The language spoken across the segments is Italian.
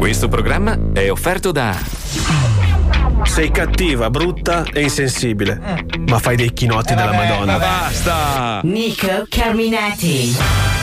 Questo programma è offerto da... Sei cattiva, brutta e insensibile, ma fai dei chinotti della Madonna. Ma basta! Nico Carminati.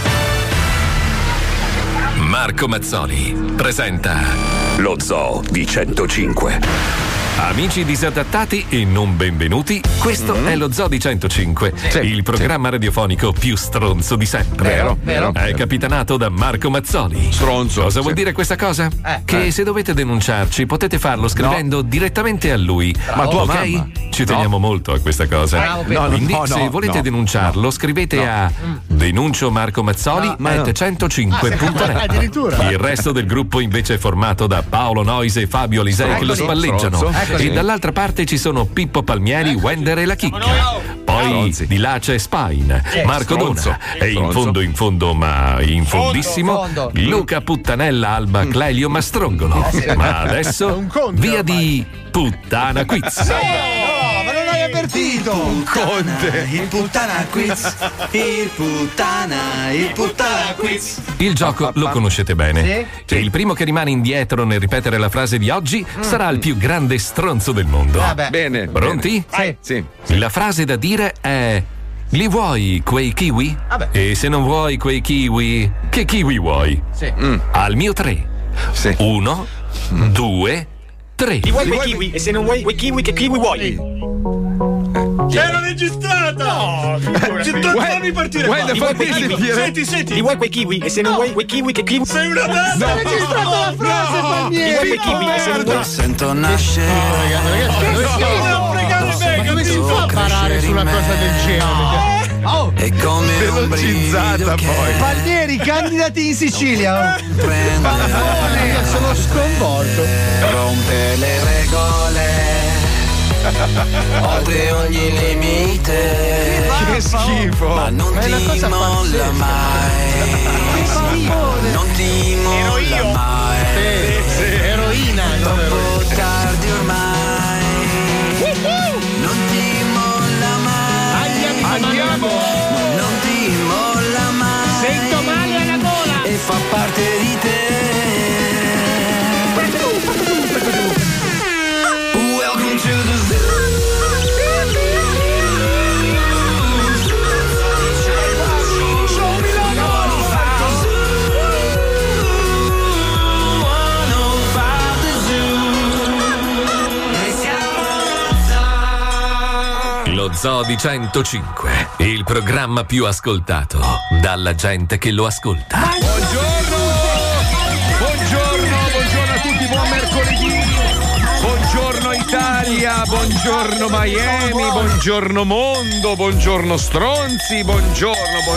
Marco Mazzoli presenta Lo Zoo di 105. Amici disadattati e non benvenuti, questo è lo Zoo di 105, il programma radiofonico più stronzo di sempre. Vero. È capitanato da Marco Mazzoli. Stronzo. Cosa vuol dire questa cosa? Che se dovete denunciarci potete farlo scrivendo direttamente a lui. Ma tua ok? mamma? Ci teniamo molto a questa cosa. Quindi se volete denunciarlo scrivete a denuncio Marco Mazzoli @105.net. Addirittura. Il resto del gruppo invece è formato da Paolo Noise e Fabio Alisei che lo spalleggiano. E dall'altra parte ci sono Pippo Palmieri, Wender e la Chicca. Poi di là c'è Spine, Marco Donza e in fondo ma in fondissimo Luca Puttanella Alba Clelio Mastrongolo. Ma adesso via di Puttana Quiz. Ma non hai avvertito! Il puttana quiz. Il puttana quiz. Il gioco lo conoscete bene. E il primo che rimane indietro nel ripetere la frase di oggi sarà il più grande stronzo del mondo. Bene. Pronti? Sì. La frase da dire è: li vuoi quei kiwi? E se non vuoi quei kiwi, che kiwi vuoi? Al mio 3. 1, 2, 3. Li vuoi quei kiwi? E se non vuoi quei kiwi, che kiwi vuoi? C'era registrata! No! Fammi partire qua! Li vuoi quei kiwi? Senti! Li vuoi quei kiwi? E se non vuoi quei kiwi, che kiwi? Sei una merda! Sta registrata la frase, Palmieri! Li vuoi quei kiwi? E se non vuoi... Sento nascere. Ma come si fa a parare su una cosa del genere? È come un brivido che Palmieri, candidati in Sicilia! prende Io sono sconvolto! rompe le regole oltre ogni limite, Che schifo. ma non ti molla mai, non ti molla mai, Eroina! troppo tardi ormai, non ti molla mai, Andiamo! non ti molla mai, Sento male alla gola! e fa parte di te. Welcome to the zoo. Lo Zoo di 105, il programma più ascoltato dalla gente che lo ascolta. Buongiorno a tutti, buon mercoledì. Buongiorno Italia, buongiorno Miami, buongiorno mondo, buongiorno stronzi, buongiorno.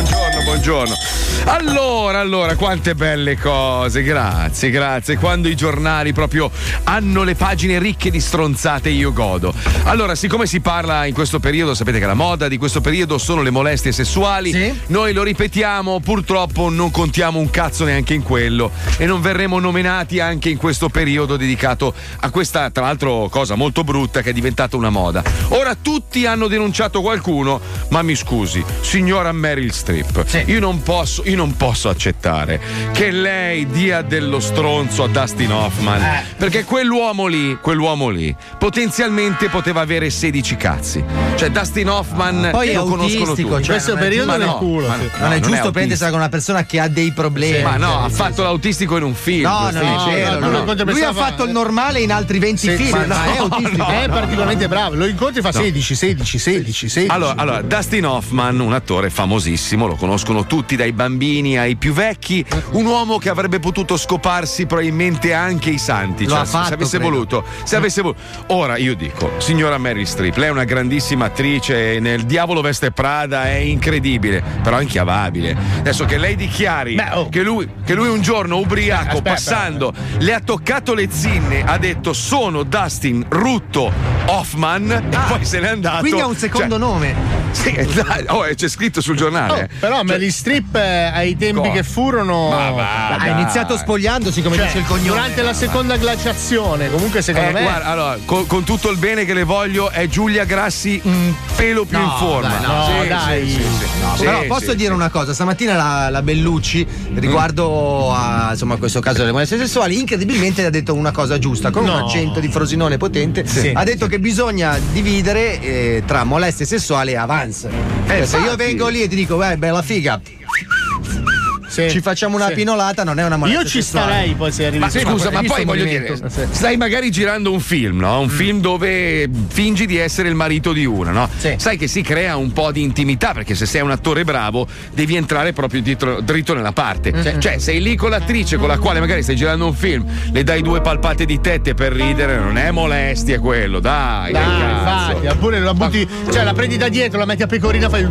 Allora, quante belle cose, grazie. Quando i giornali proprio hanno le pagine ricche di stronzate io godo. Allora, siccome si parla in questo periodo, sapete che la moda di questo periodo sono le molestie sessuali, noi lo ripetiamo, purtroppo non contiamo un cazzo neanche in quello e non verremo nominati anche in questo periodo dedicato a questa, tra l'altro, cosa molto brutta che è diventata una moda. Ora tutti hanno denunciato qualcuno, ma mi scusi, signora Meryl Streep, io non posso accettare che lei dia dello stronzo a Dustin Hoffman, perché quell'uomo lì potenzialmente poteva avere 16 cazzi. Cioè Dustin Hoffman poi lo è conoscono autistico, tutti. in questo periodo nel culo. Non è giusto prendersela con una persona che ha dei problemi. Ma no, ha fatto l'autistico in un film. No, lui ha fatto il normale in altri 20 film. È autistico, è particolarmente bravo. Lo incontri e fa 16. Allora, Dustin Hoffman, un attore famosissimo, lo conoscono tutti dai bambini ai più vecchi, un uomo che avrebbe potuto scoparsi probabilmente anche i santi, cioè, se avesse voluto. Ora io dico, signora Meryl Streep, lei è una grandissima attrice, nel Diavolo veste Prada è incredibile, però è inchiavabile. Adesso che lei dichiari che lui un giorno ubriaco passando le ha toccato le zinne, ha detto sono Dustin Rutto Hoffman e poi se n'è andato. Quindi ha un secondo nome. Sì, c'è scritto sul giornale. Però Meryl Streep ai tempi che furono ha iniziato spogliandosi, come dice il cognome. Durante la seconda glaciazione, comunque secondo me. Guarda, allora, con tutto il bene che le voglio, è Giulia Grassi un pelo più in forma. Però posso dire una cosa, stamattina la Bellucci riguardo a insomma questo caso delle molestie sessuali, incredibilmente ha detto una cosa giusta, con un accento di Frosinone potente. Ha detto che bisogna dividere tra molestie sessuali e avance. Se io vengo lì e ti dico bella figa, ci facciamo una pinolata, non è una molestia. Io ci sessuale. starei poi se arrivi. Ma scusa, ma poi voglio dire, stai magari girando un film, no? Un film dove fingi di essere il marito di una, no? Sai che si crea un po' di intimità, perché se sei un attore bravo devi entrare proprio dritto nella parte. Cioè, sei lì con l'attrice con la quale magari stai girando un film, le dai 2 palpate di tette per ridere, non è molestia quello, dai infatti, oppure la butti, cioè la prendi da dietro, la metti a pecorina, fai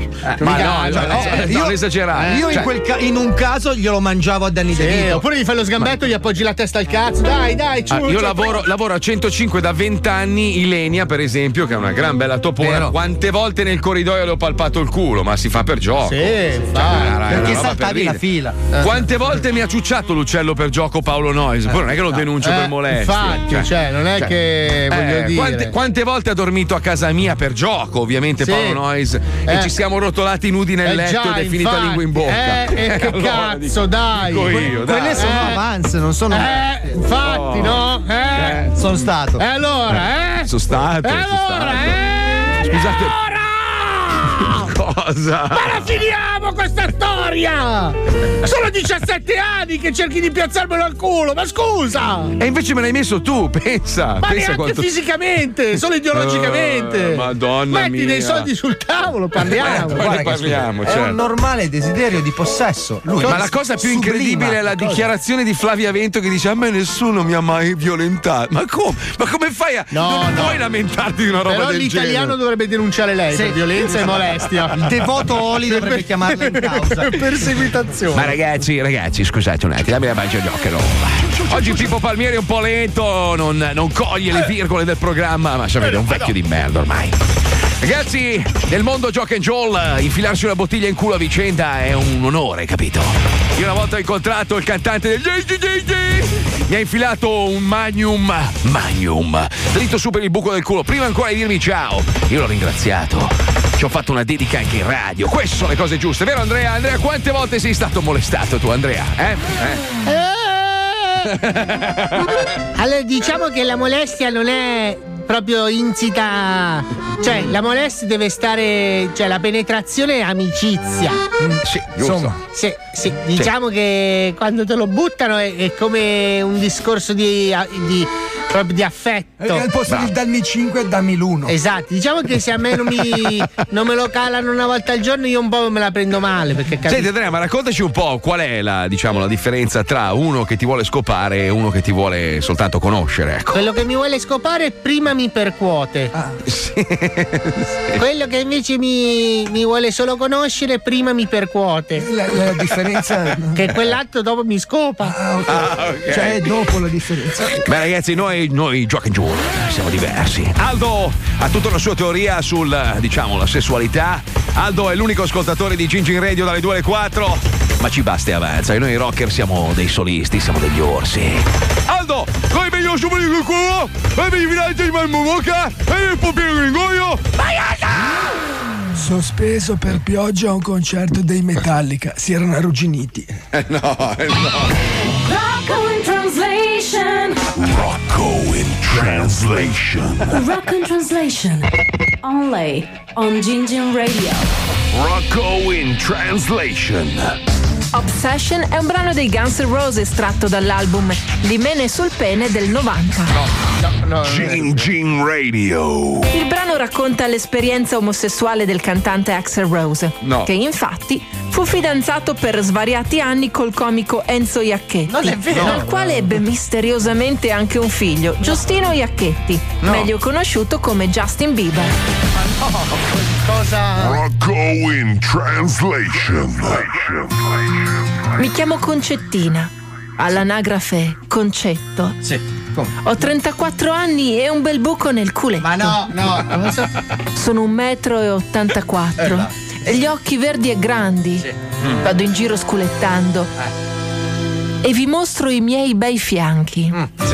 non esagerare. Io in un caso glielo mangiavo a Danny DeVito. Oppure gli fai lo sgambetto e gli appoggi la testa al cazzo. Dai, io lavoro a 105 da 20 anni. Ilenia, per esempio, che è una gran bella topona. Quante volte nel corridoio le ho palpato il culo, ma si fa per gioco. Perché saltavi la fila. Quante volte mi ha ciucciato l'uccello per gioco Paolo Noyes? Poi non è che lo denuncio per molestia. Infatti, non è che voglio dire. Quante volte ha dormito a casa mia per gioco, ovviamente, Paolo Noyes, e ci siamo rotolati nudi nel letto ed è finita lingua in bocca. Che allora, cazzo, dai! Quelle sono avance, non sono. Infatti, no? Sono stato. E allora, Sono stato. Scusate. Cosa? Ma la finiamo questa storia! Sono 17 anni che cerchi di piazzarmelo al culo, ma scusa! E invece me l'hai messo tu, pensa! Ma pensa neanche fisicamente, solo ideologicamente! Madonna Metti mia! dei soldi sul tavolo, parliamo! Parliamo, è un normale desiderio di possesso. Ma la cosa più incredibile è la dichiarazione di Flavia Vento che dice: a me nessuno mi ha mai violentato. Ma come? Ma come fai a. non puoi lamentarti di una roba Però del genere? Però l'italiano dovrebbe denunciare lei per violenza e molestia. Il devoto Oli dovrebbe chiamarla in causa. Perseguitazione. Ma ragazzi, scusate un attimo, dammi la baggia di occhio. Oggi Pippo Palmieri è un po' lento, non coglie le virgole del programma, ma sapete, è un vecchio di merda ormai. Ragazzi, nel mondo Jock and Joel, infilarsi una bottiglia in culo a vicenda è un onore, capito? Io una volta ho incontrato il cantante del mi ha infilato un Magnum dritto su per il buco del culo, prima ancora di dirmi ciao. Io l'ho ringraziato, ci ho fatto una dedica anche in radio. Queste sono le cose giuste, vero Andrea? Andrea, quante volte sei stato molestato tu, Andrea? Allora, diciamo che la molestia non è proprio insita, cioè la molestia deve stare, cioè la penetrazione è amicizia. Sì, giusto. Insomma, sì, diciamo che quando te lo buttano è come un discorso proprio di affetto. Al posto di dammi 5 dammi l'1. Esatto, diciamo che se a me non me lo calano una volta al giorno, io un po' me la prendo male, perché Senti Andrea, ma raccontaci un po' qual è la differenza tra uno che ti vuole scopare e uno che ti vuole soltanto conoscere, ecco. Quello che mi vuole scopare prima mi percuote. Sì. Quello che invece mi vuole solo conoscere prima mi percuote. La differenza che quell'altro dopo mi scopa. Okay. Cioè è dopo la differenza. Beh ragazzi, noi Jock and Joel siamo diversi. Aldo ha tutta una sua teoria sul, la sessualità. Aldo è l'unico ascoltatore di Gin Gin Radio dalle 2 alle 4, ma ci basta e avanza. E noi rocker siamo dei solisti, siamo degli orsi. Aldo, come meglio su per il culo? E mi finite di malmomoca? E il popino gringoio? Vai Aldo! Sospeso per pioggia a un concerto dei Metallica. Si erano arrugginiti. No. Rocco in translation. Rocco in translation. Rocco in translation. Only on Gin Gin Radio. Rocco in translation. Obsession è un brano dei Guns N' Roses tratto dall'album L'imene sul pene del 90. No. Gin Gin Radio. Il brano racconta l'esperienza omosessuale del cantante Axl Rose, che infatti fu fidanzato per svariati anni col comico Enzo Iacchetti, dal quale ebbe misteriosamente anche un figlio, Giustino Iacchetti, meglio conosciuto come Justin Bieber. Rocco in translation. Mi chiamo Concettina, all'anagrafe Concetto. Ho 34 anni e un bel buco nel culetto. Ma no, non so. Sono 1,84 m. Gli occhi verdi e grandi. Vado in giro sculettando. E vi mostro i miei bei fianchi.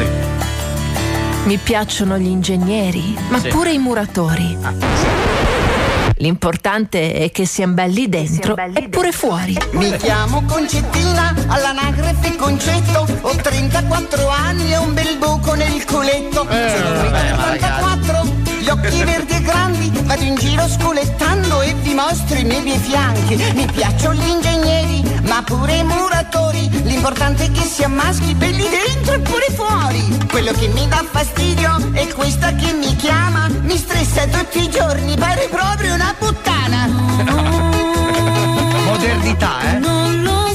Mi piacciono gli ingegneri, ma pure i muratori. L'importante è che siano belli dentro e pure fuori. Mi chiamo Concettina, all'anagrafe Concetto. Ho 34 anni e un bel buco nel culetto. Sono 1,84 m, gli occhi verdi e grandi. Vado in giro sculettando e vi mostro i miei fianchi. Mi piacciono gli ingegneri, ma pure i muratori. L'importante è che siano maschi, belli dentro e pure fuori. Quello che mi dà fastidio è questa che mi chiama. Mi stressa tutti i giorni, pare proprio una puttana. Modernità, Non lo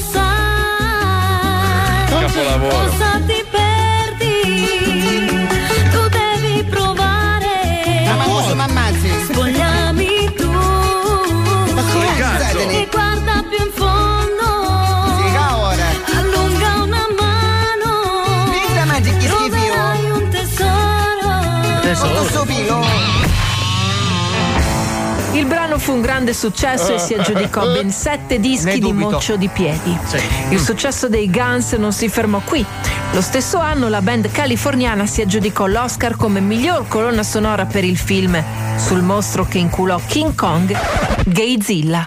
sai. Capolavoro. Cosa ti perdi? Tu devi provare. Ma ammazzi. Spogliami tu. Ma come cazzo? E guarda più in fondo. Figa ora. Allunga una mano. Pizza mangi che troverai un tesoro. Sotto sto filo. Il brano fu un grande successo e si aggiudicò ben 7 dischi di Moccio di Piedi. Il successo dei Guns non si fermò qui. Lo stesso anno la band californiana si aggiudicò l'Oscar come miglior colonna sonora per il film sul mostro che inculò King Kong, Gayzilla.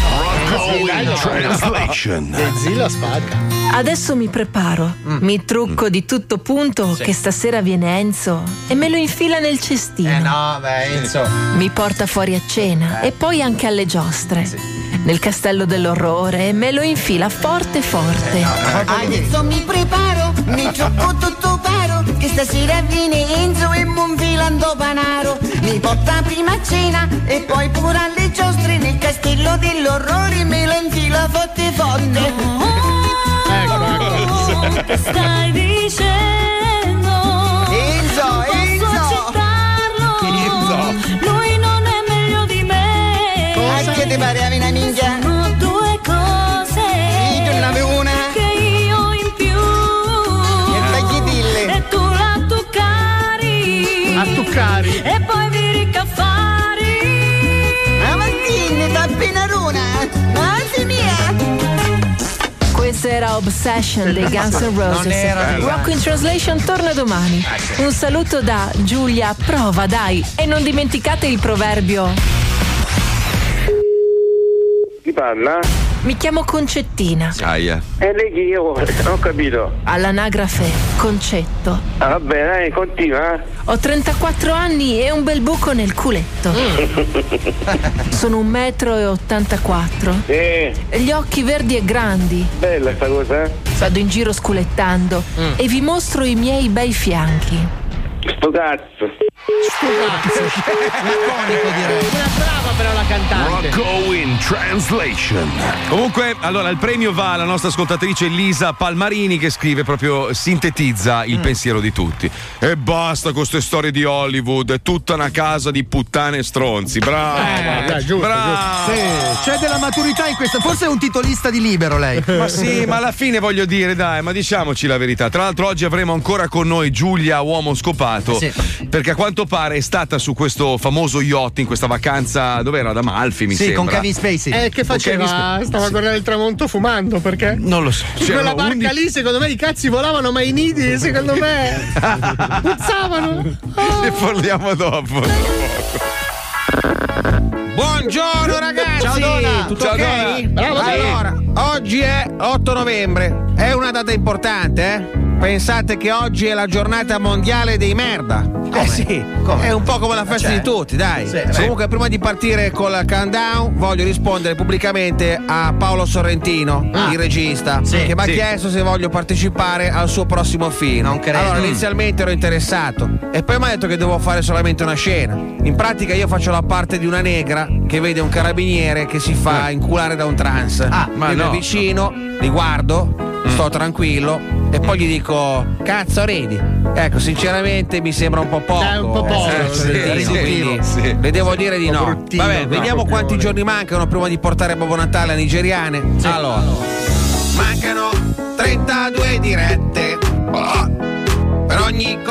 Gayzilla spacca. Adesso mi preparo, mi trucco di tutto punto che stasera viene Enzo e me lo infila nel cestino. Enzo. Mi porta fuori a cena e poi anche alle giostre. Nel castello dell'orrore e me lo infila forte forte. Adesso mi preparo, mi gioco tutto paro, che stasera viene Enzo e monfilando panaro. Mi porta prima a cena e poi pure alle giostre. Nel castello dell'orrore me lo infila forte forte. Che stai dicendo? Enzo, Posso accettarlo? Lui non è meglio di me. Che ti pareva una minchia? Sono due cose. Io non avevo una. Che io in più. E tu la toccari. E poi vi ricaffari. Ma Martini, da Pinaruna. Anzi mia. Questa era Obsession dei Guns N' Roses. Rock in Translation torna domani. Un saluto da Giulia, prova dai. E non dimenticate il proverbio. Chi parla? Mi chiamo Concettina. Aia. E lei chi io? Non ho capito. All'anagrafe Concetto. Va bene, dai, continua. Ho 34 anni e un bel buco nel culetto. Sono 1,84 m. Gli occhi verdi e grandi. Bella sta cosa. Vado in giro sculettando e vi mostro i miei bei fianchi. Sto cazzo. Iconico, direi. Una brava però la cantante. Rocco in Translation. Comunque, allora, il premio va alla nostra ascoltatrice Lisa Palmarini, che scrive proprio, sintetizza il pensiero di tutti. E basta con queste storie di Hollywood, è tutta una casa di puttane e stronzi. Brava, giusto. Sì, c'è della maturità in questa. Forse è un titolista di Libero lei. Ma sì, ma alla fine voglio dire, dai, ma diciamoci la verità. Tra l'altro oggi avremo ancora con noi Giulia, uomo scopato, perché a quanto pare è stata su questo famoso yacht in questa vacanza, dove era? Ad Amalfi, mi sembra. Sì, con Kevin Spacey. Che faceva? Stava a guardare il tramonto fumando, perché? Non lo so. In quella barca lì, secondo me, i cazzi volavano, ma i nidi, secondo me, puzzavano. Ne parliamo dopo. Buongiorno ragazzi! Ciao Dona! Tutto Ciao ok? Dona. Bravo, Allora, oggi è 8 novembre, è una data importante, eh? Pensate che oggi è la giornata mondiale dei merda. Sì, è un po' come la festa di tutti, dai. Comunque, prima di partire con la countdown, voglio rispondere pubblicamente a Paolo Sorrentino, il regista, che mi ha chiesto se voglio partecipare al suo prossimo film. Non credo. Allora, inizialmente ero interessato e poi mi ha detto che devo fare solamente una scena. In pratica io faccio la parte di una negra che vede un carabiniere che si fa inculare da un trans. ma mi no. avvicino, li guardo, sto tranquillo e poi gli dico: cazzo, ridi. Ecco, sinceramente mi sembra un po' poco. È un po' poco. Quindi le devo dire di no. Vabbè, vediamo quanti giorni mancano prima di portare Babbo Natale a nigeriane. Allora, mancano 32 dirette. Per ogni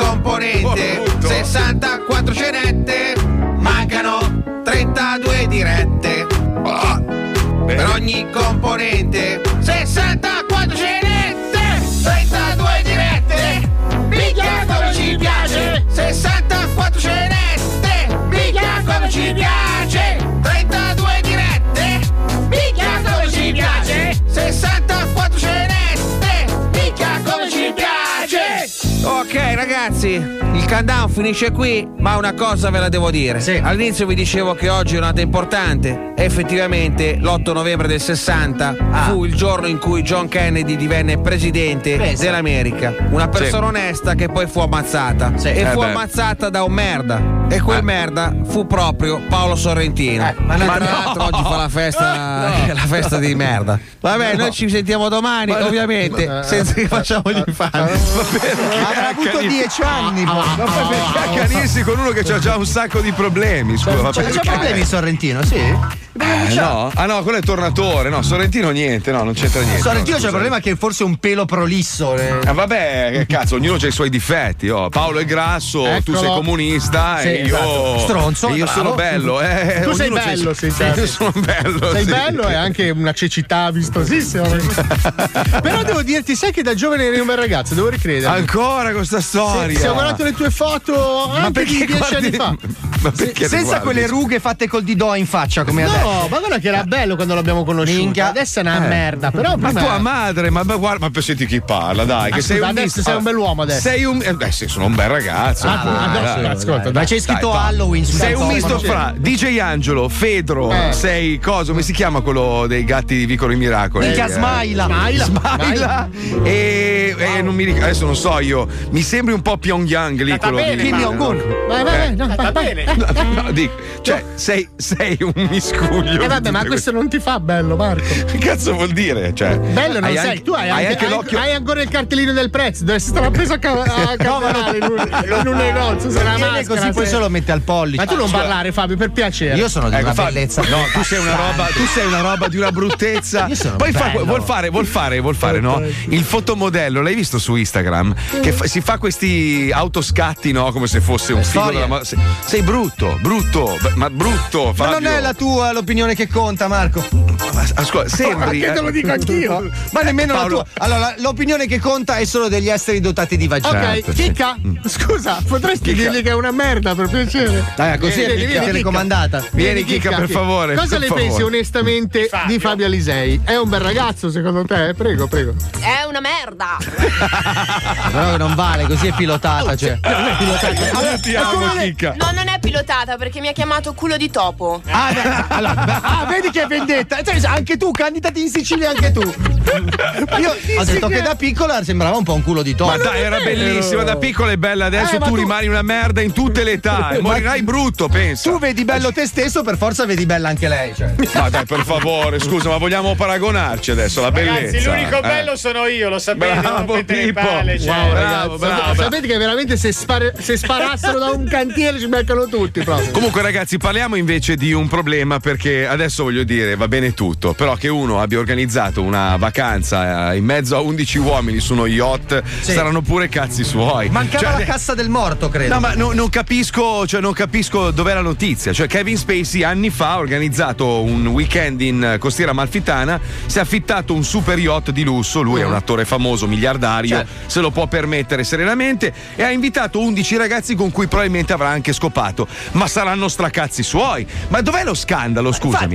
Ok ragazzi, il countdown finisce qui, ma una cosa ve la devo dire. Sì. All'inizio vi dicevo che oggi è una data importante. Effettivamente l'8 novembre del 60 fu il giorno in cui John Kennedy divenne presidente dell'America. Una persona onesta che poi fu ammazzata. Fu ammazzata da un merda. E quel merda fu proprio Paolo Sorrentino. Ma tra l'altro oggi fa la festa di merda. Vabbè, noi ci sentiamo domani, ovviamente, senza che facciamo gli infanti. Avrà avuto 10 anni. Ma poi perché accanirsi con uno che ha già un sacco di problemi? Scusa, c'ha problemi Sorrentino, sì? No? Ah no, quello è Tornatore. No, Sorrentino niente, no, non c'entra niente. Sorrentino c'è il problema che forse è un pelo prolisso. Vabbè, che cazzo, ognuno ha i suoi difetti. Paolo è grasso, tu sei comunista e io stronzo. E io sono bello. Tu sei bello, sì, io sono bello. Sei bello e anche una cecità vistosissima. Però devo dirti, sai che da giovane eri un bel ragazzo, devo ricredere. Ancora con sta storia. Se ho guardato le tue foto anche di 10 anni fa. Ma perché senza quelle rughe fatte col didò in faccia come adesso. No, ma guarda che era bello quando l'abbiamo conosciuto. Minchia. Adesso è una merda. Però ma tua madre, ma guarda, ma senti chi parla, dai. Che sei adesso sei un bell'uomo adesso. Sei un. Sì, sono un bel ragazzo. Ascolta, ma c'è scritto Halloween. Sei un misto fra DJ Angelo, Fedro, sei cosa? Come si chiama quello dei gatti di Vicolo i Miracoli? Minchia, Smaila. E non mi ricordo, adesso non so io. Mi sembri un po' Pyongyang lì quello di Kim Jong-un. Va bene. No, dico, cioè sei un miscuglio. Vabbè, ma questo non ti fa bello, Marco. Che cazzo vuol dire? Cioè, bello non sei. Tu hai ancora il cartellino del prezzo. Dove si sarà preso a cavalare in un negozio. Se la maschera, così poi se lo mette al pollice. Ma tu non parlare, Fabio, per piacere. Io sono di una bellezza. No, tu sei una roba di una bruttezza. Poi vuol fare, no? Il fotomodello, l'hai visto su Instagram? Che si fa questi autoscatti, no? Come se fosse un figo della sei brutto, ma brutto, Fabio. Ma non è la tua l'opinione che conta, Marco. Ascolta, sembri. Che te lo dico anch'io. Ma nemmeno la tua. Allora, l'opinione che conta è solo degli esseri dotati di vagina. Ok, Chicca, scusa, potresti dirgli che è una merda, per piacere. Dai, così è telecomandata. Vieni, Chicca, per favore. Cosa ne pensi onestamente di Fabio Alisei? È un bel ragazzo, secondo te? Prego. È una merda. Però non vale, così è pilotata, cioè. Non è pilotata. Ti amo, Chicca. No, non è pilotata perché mi ha chiamato culo di topo. Vedi che vendetta. Anche tu, candidati in Sicilia, anche tu. Io ho detto che da piccola sembrava un po' un culo di topo. Ma dai, era bellissima, da piccola è bella, adesso tu rimani una merda in tutte le età e morirai brutto, pensa. Tu vedi bello te stesso, per forza vedi bella anche lei. Cioè. Ma dai, per favore, scusa, ma vogliamo paragonarci adesso, la bellezza. Ragazzi, l'unico bello sono io, lo sapete. Bravo, Pippo. Palle, cioè. Bravo. Sapete che veramente se sparassero da un cantiere ci beccano tutti proprio. Comunque ragazzi, parliamo invece di un problema, perché adesso voglio dire, va bene tutto, però che uno abbia organizzato una vacanza in mezzo a 11 uomini su uno yacht, saranno pure cazzi suoi. Mancava la cassa del morto, credo. No, ma non capisco dov'è la notizia. Cioè, Kevin Spacey anni fa ha organizzato un weekend in Costiera Amalfitana, si è affittato un super yacht di lusso, lui è un attore famoso, miliardario, se lo può permettere serenamente, e ha invitato 11 ragazzi con cui probabilmente avrà anche scopato. Ma saranno stracazzi suoi. Ma dov'è lo scandalo, scusami?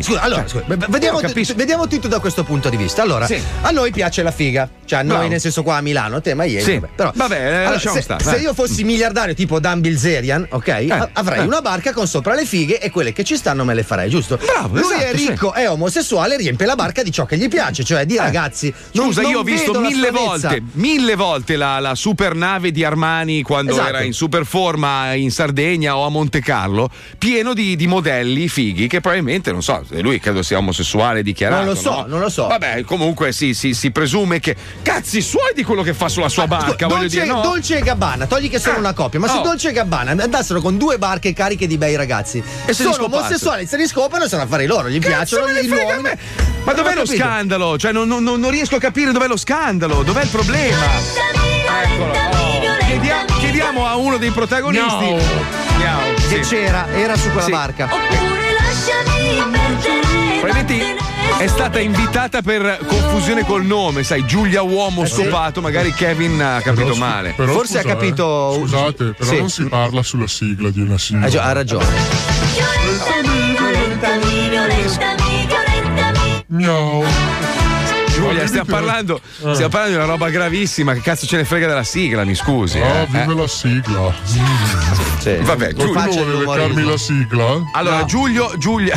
Vediamo tutto da questo punto di vista. Allora, a noi piace la figa. Cioè, a noi nel senso qua a Milano, te Miami. Vabbè, lasciamo stare. Se io fossi miliardario tipo Dan Bilzerian, ok? Avrei una barca con sopra le fighe e quelle che ci stanno me le farei, giusto? Bravo, lui è ricco, è omosessuale, riempie la barca di ciò che gli piace, cioè di ragazzi. Scusa, io ho visto mille volte la super nave di Armani quando era in super forma in Sardegna o a Monte Carlo, pieno di modelli fighi che probabilmente, non so, lui credo sia omosessuale dichiarato. Non lo so. Vabbè, comunque si presume che cazzi suoi di quello che fa sulla sua barca, voglio dire, no? Dolce e Gabbana, togli che sono una coppia, ma se Dolce e Gabbana andassero con 2 barche cariche di bei ragazzi e sono omosessuali, se li scopano sono affari loro, gli piacciono gli uomini. Ma dov'è lo scandalo? Cioè non riesco a capire dov'è lo scandalo, dov'è il problema. Eccolo. Chiediamo a uno dei protagonisti che era su quella barca. Probabilmente è stata invitata per confusione col nome, sai, Giulia uomo scopato, magari Kevin ha capito male. Però forse ha capito. Scusate, però non si parla sulla sigla di una sigla. Ha ragione. Miau. Giulia, stiamo parlando di una roba gravissima. Che cazzo ce ne frega della sigla, mi scusi? Vive la sigla. Sì. Vabbè, qualcuno vuole leccarmi la sigla? Allora, Giulia,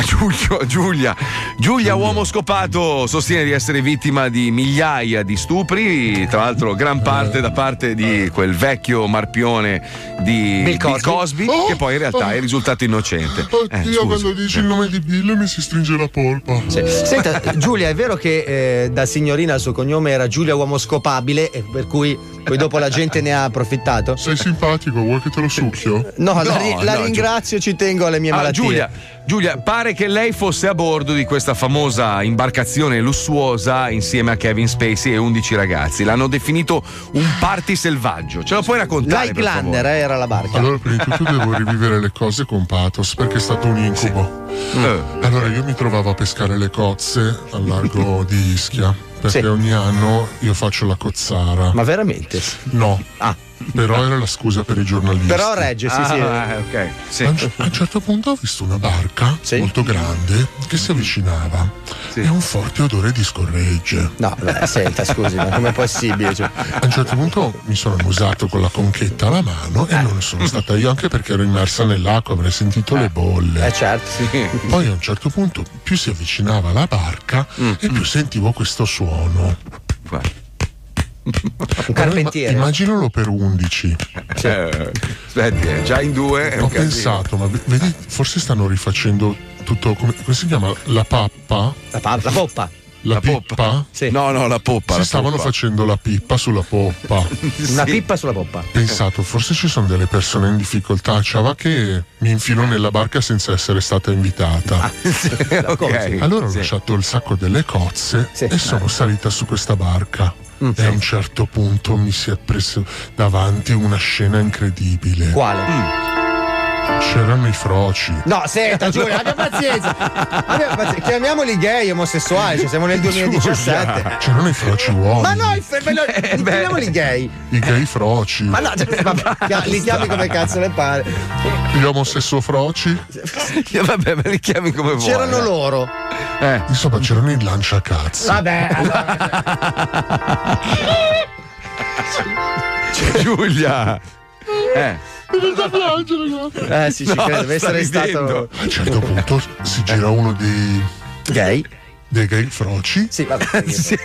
uomo scopato, sostiene di essere vittima di migliaia di stupri, tra l'altro gran parte da parte di quel vecchio marpione di Bill Cosby, che poi in realtà è risultato innocente. Oddio, quando dici il nome di Bill mi si stringe la polpa. Sì. Senta, Giulia, è vero che da signorina il suo cognome era Giulia uomo scopabile, e per cui poi dopo la gente ne ha approfittato? Sei simpatico, vuoi che te lo succhio? No, la ringrazio, ci tengo alle mie malattie. Giulia, pare che lei fosse a bordo di questa famosa imbarcazione lussuosa insieme a Kevin Spacey e 11 ragazzi. L'hanno definito un party selvaggio. Ce lo puoi raccontare? L'Highlander era la barca. Allora, prima di tutto devo rivivere le cose con pathos, perché è stato un incubo. Sì. Allora, io mi trovavo a pescare le cozze al largo di Ischia, perché ogni anno io faccio la cozzara. Ma veramente? No. Però era la scusa per i giornalisti. Però regge, sì. Ok. Sì. A un certo punto ho visto una barca molto grande che si avvicinava e un forte odore di scorregge. No, senta, scusi, ma com'è possibile? Cioè... A un certo punto mi sono annusato con la conchetta alla mano e non sono stata io, anche perché ero immersa nell'acqua, avrei sentito le bolle. Certo, sì. Poi a un certo punto più si avvicinava la barca e più sentivo questo suono. Un carpentiere. Immaginalo per 11. Aspetti, già in 2. Ho pensato, ma vedi, forse stanno rifacendo tutto. Come si chiama? La pappa? La poppa. La pippa? Sì. No, la poppa. Stavano facendo la pippa sulla poppa. Una pippa sulla poppa. Ho pensato, forse ci sono delle persone in difficoltà. Cioè, va che mi infilo nella barca senza essere stata invitata. Okay. Allora ho lasciato il sacco delle cozze e sono salita su questa barca. E a un certo punto mi si è preso davanti una scena incredibile. Quale? C'erano i froci. No, senta Giulia, abbia pazienza. Chiamiamoli gay omosessuali, cioè siamo nel 2017. C'erano i froci uomini. Ma no, chiamiamoli gay. I gay froci. Ma no, li chiami come cazzo le pare. Gli omosessuofroci? Vabbè, ma li chiami come vuoi. C'erano loro. Insomma, c'erano i lanciacazzi. Vabbè, allora. Giulia. Mi viene da piangere. Sì, ci credo, deve essere stato. A un certo punto si gira uno dei gay. Dei gay froci. Sì, vabbè.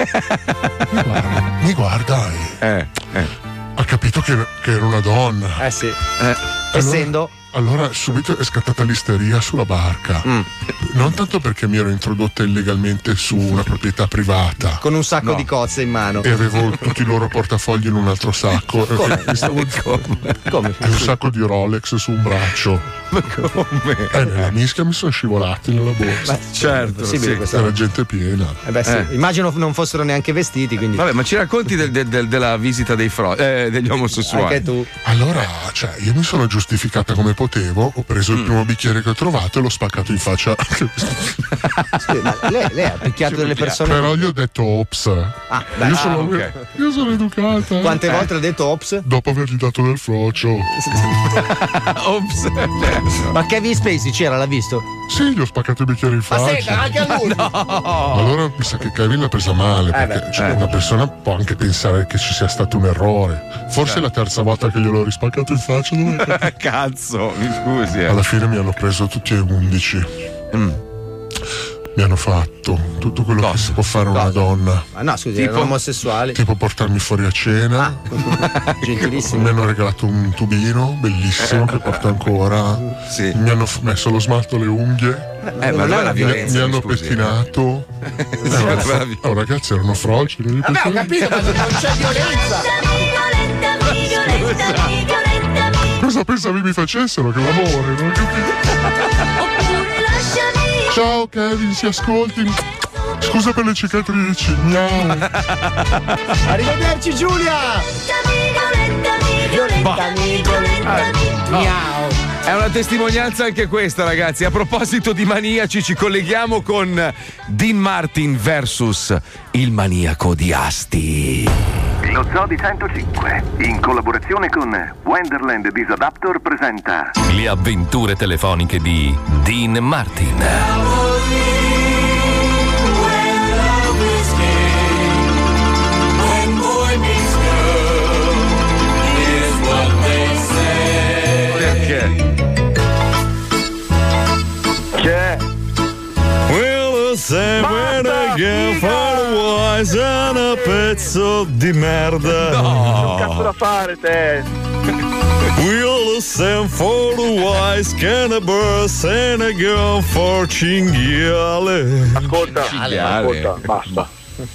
Mi guarda e ha capito che era una donna. Sì. Essendo. Allora subito è scattata l'isteria sulla barca. Non tanto perché mi ero introdotta illegalmente su una proprietà privata. Con un sacco di cozze in mano. E avevo tutti i loro portafogli in un altro sacco. Come? E un sacco di Rolex su un braccio. Ma come? Nella mischia mi sono scivolati nella borsa. Certo, era gente piena. Immagino non fossero neanche vestiti, quindi. Vabbè, ma ci racconti della visita degli omosessuali? Anche tu. Allora, io mi sono giustificata come potevo, ho preso il primo bicchiere che ho trovato e l'ho spaccato in faccia. Ma lei ha picchiato delle persone. Però gli ho detto ops. Io sono educata. Quante volte l'ho detto ops? Dopo avergli dato del frocio. Ops. Ma Kevin Spacey c'era, l'ha visto? Sì, gli ho spaccato il bicchiere in faccia. Ma senta, anche a lui. Allora mi sa che Kevin l'ha presa male, perché una persona può anche pensare che ci sia stato un errore. Forse è la terza volta che gliel'ho rispaccato in faccia. Cazzo, mi scusi. Alla fine mi hanno preso tutti e 11. Mi hanno fatto tutto quello che si può fare una donna. Ma no, scusi, erano omosessuali. Tipo portarmi fuori a cena. Gentilissimo. Mi hanno regalato un tubino bellissimo che porto ancora. Mi hanno messo lo smalto alle unghie. Ma non è la violenza. Mi hanno pettinato. Ragazzi, erano froci. Vabbè, ho capito, ma non c'è violenza. Cosa pensavi mi facessero? Che l'amore, non ho capito. Ciao Kevin, si ascolti. Scusa per le cicatrici. Miau. Arrivederci Giulia. Miau. È una testimonianza anche questa, ragazzi. A proposito di maniaci, ci colleghiamo con Dean Martin versus il maniaco di Asti. Lo Zoo di 105, in collaborazione con Wonderland Disadaptor, presenta le avventure telefoniche di Dean Martin. wise è un pezzo di merda. Non cazzo da fare te. We'll send for the wise, can a bus and a gun for cinghiale. Ascolta, basta.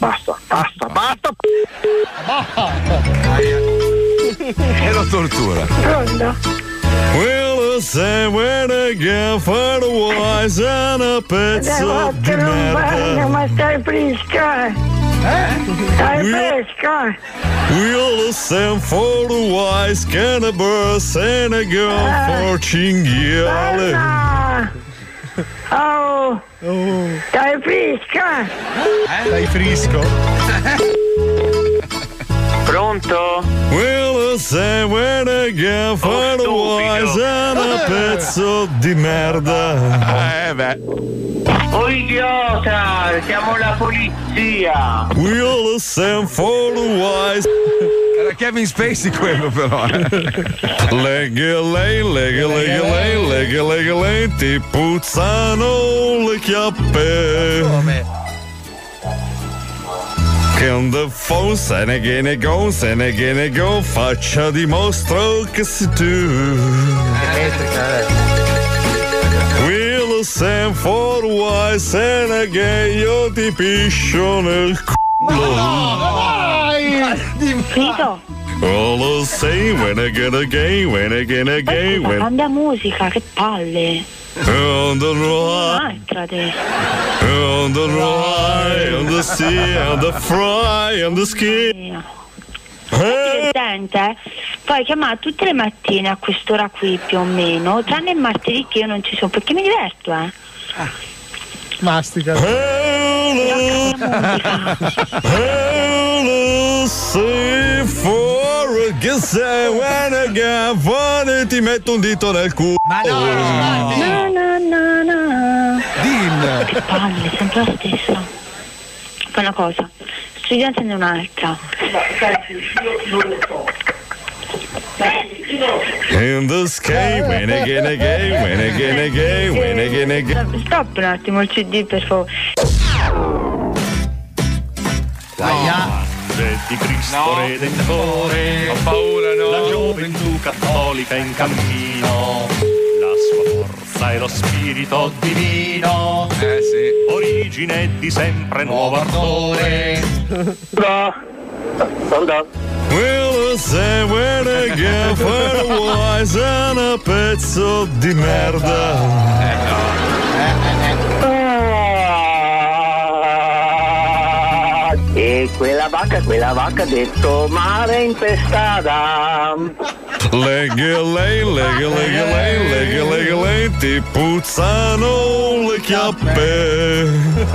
E lo tortura. We'll send when a gun for the wise and a pezzo di merda. Ma stai fresca? Stai fresca? We'll send for the wise, can a bus and a gun for cinghiale. Oh, stai fresca? Stai frisco? Pronto? We'll send when a gun for the wise and a pezzo di merda. Oh idiota, chiamo la polizia. We'll send for the wise. Era Kevin Spacey quello però. Leghe, ti puzzano le chiappe. Come? Che on the phone, se ne go, faccia dimostro che sei tu. We'll send for the wise, se ne io ti piscio nel culo. Finito? Oh, lo sai, when again. Cambia musica, che palle. On the right, Un'altra te. on the right, on the sea, on the fry, on the skin. Divertente, poi chiamare tutte le mattine a quest'ora qui più o meno, tranne il martedì che io non ci sono, perché mi diverto, Mastica. Say for a guess when again ti metto un dito nel culo. Ma no. Din. Che palle, sempre la stessa. Fai una cosa, studiatene un'altra. In the sky, when again. Stop un attimo il CD per favore. Di Cristo Redentore, ho paura, no. La gioventù cattolica in cammino, la sua forza e lo spirito divino, sì. Origine di sempre nuovo ardore. We'll say when again for the wise and a pezzo di merda. E quella vacca ha detto mare impestata. Leghe, ti puzzano le chiappe.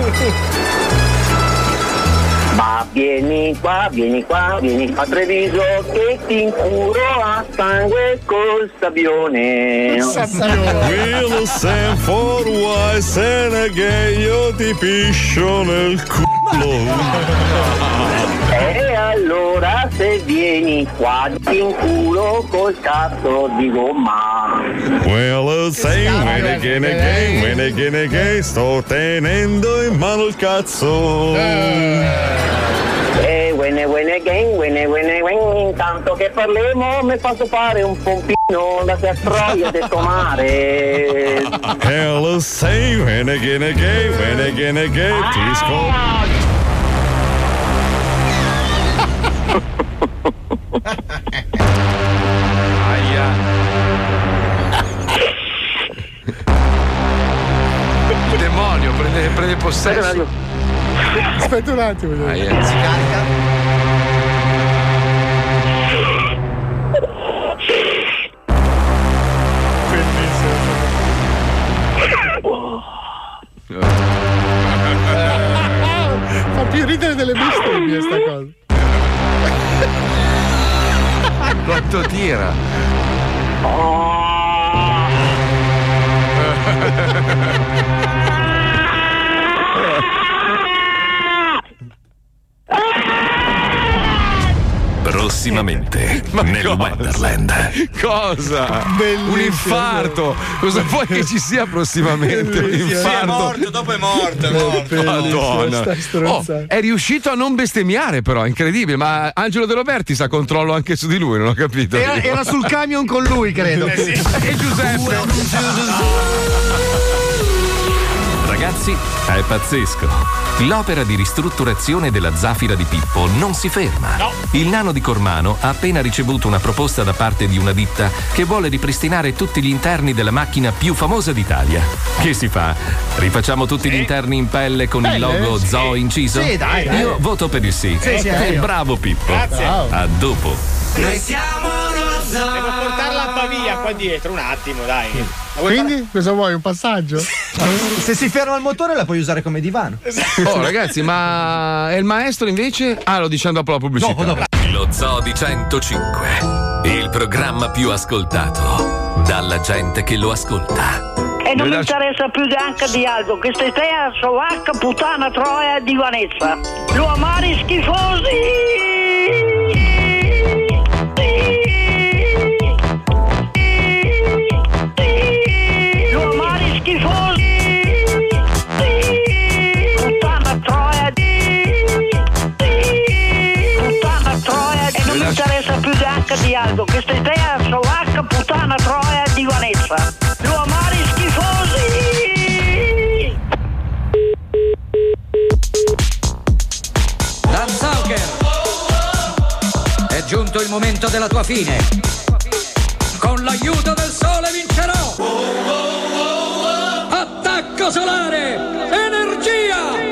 Ma vieni qua Treviso che ti incuro a sangue col sabbione. We'll send for wise and again io ti piscio nel culo. E allora se vieni qua ti inculo col cazzo di gomma. Well, say when again sto tenendo in mano il cazzo. E when again, intanto che parliamo mi faccio fare un pompino da te Troia detto mare. Hello, say when again ti scopro. Aia. Il demonio prende possesso. Aspetta un attimo. Aia. Si carica. Fa più ridere delle bestemmie sta cosa. Quanto tira? Prossimamente nel Wonderland. Cosa? Bellissimo. Un infarto. Cosa vuoi che ci sia prossimamente? Un infarto. Sì, è morto, dopo è morto. Madonna. È riuscito a non bestemmiare, però, incredibile. Ma Angelo De Roberti sa controllo anche su di lui, non ho capito. Era sul camion con lui, credo. Sì. E Giuseppe. Ragazzi, è pazzesco. L'opera di ristrutturazione della Zafira di Pippo non si ferma. No. Il nano di Cormano ha appena ricevuto una proposta da parte di una ditta che vuole ripristinare tutti gli interni della macchina più famosa d'Italia. Che si fa? Rifacciamo tutti gli interni in pelle con il logo Zoo inciso? Sì, dai. Io voto per il sì. Bravo Pippo. Grazie. A dopo. Noi siamo lo zoo. Devo portarla a Pavia qua dietro, un attimo, dai. Quindi cosa vuoi? Un passaggio? Se si ferma il motore la puoi usare come divano. Oh ragazzi, ma il maestro invece? Lo diciamo dopo la pubblicità. Dopo. Lo Zoo di 105, il programma più ascoltato dalla gente che lo ascolta. E non mi interessa più neanche di altro, che stai a sovacca, puttana, troia di Vanessa. Lo amari schifosi! Non mi interessa più neanche di altro, che stai a sovacca, puttana, troia di Vanessa. Lo amari schifosi! Dan Sauker, è giunto il momento della tua fine. Con l'aiuto del sole vincerò. Attacco solare, energia.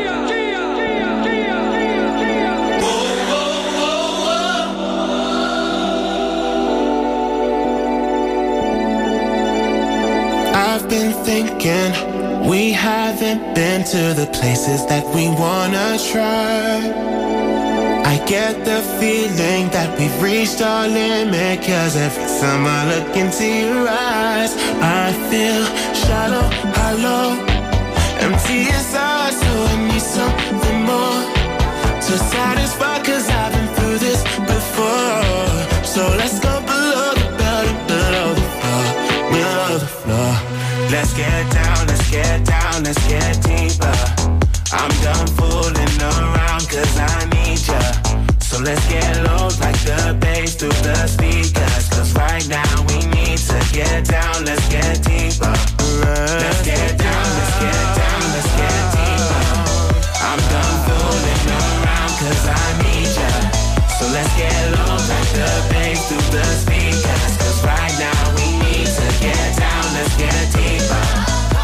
I've been thinking we haven't been to the places that we wanna try. I get the feeling that we've reached our limit, 'cause every time I look into your eyes I feel shallow, hollow, empty inside, so I need something more to satisfy, 'cause I've been through this before. So let's go below the belt, below the floor, below the floor. Let's get down, let's get down, let's get deeper. I'm done fooling around, 'cause I need ya. So let's get low like the bass through the speakers, 'cause right now we need to get down, let's get deeper. Let's get down, let's get down, let's get deeper. I'm done fooling around, 'cause I need ya. So let's get low like the bass through the speakers, 'cause right now we need to get down, let's get deeper.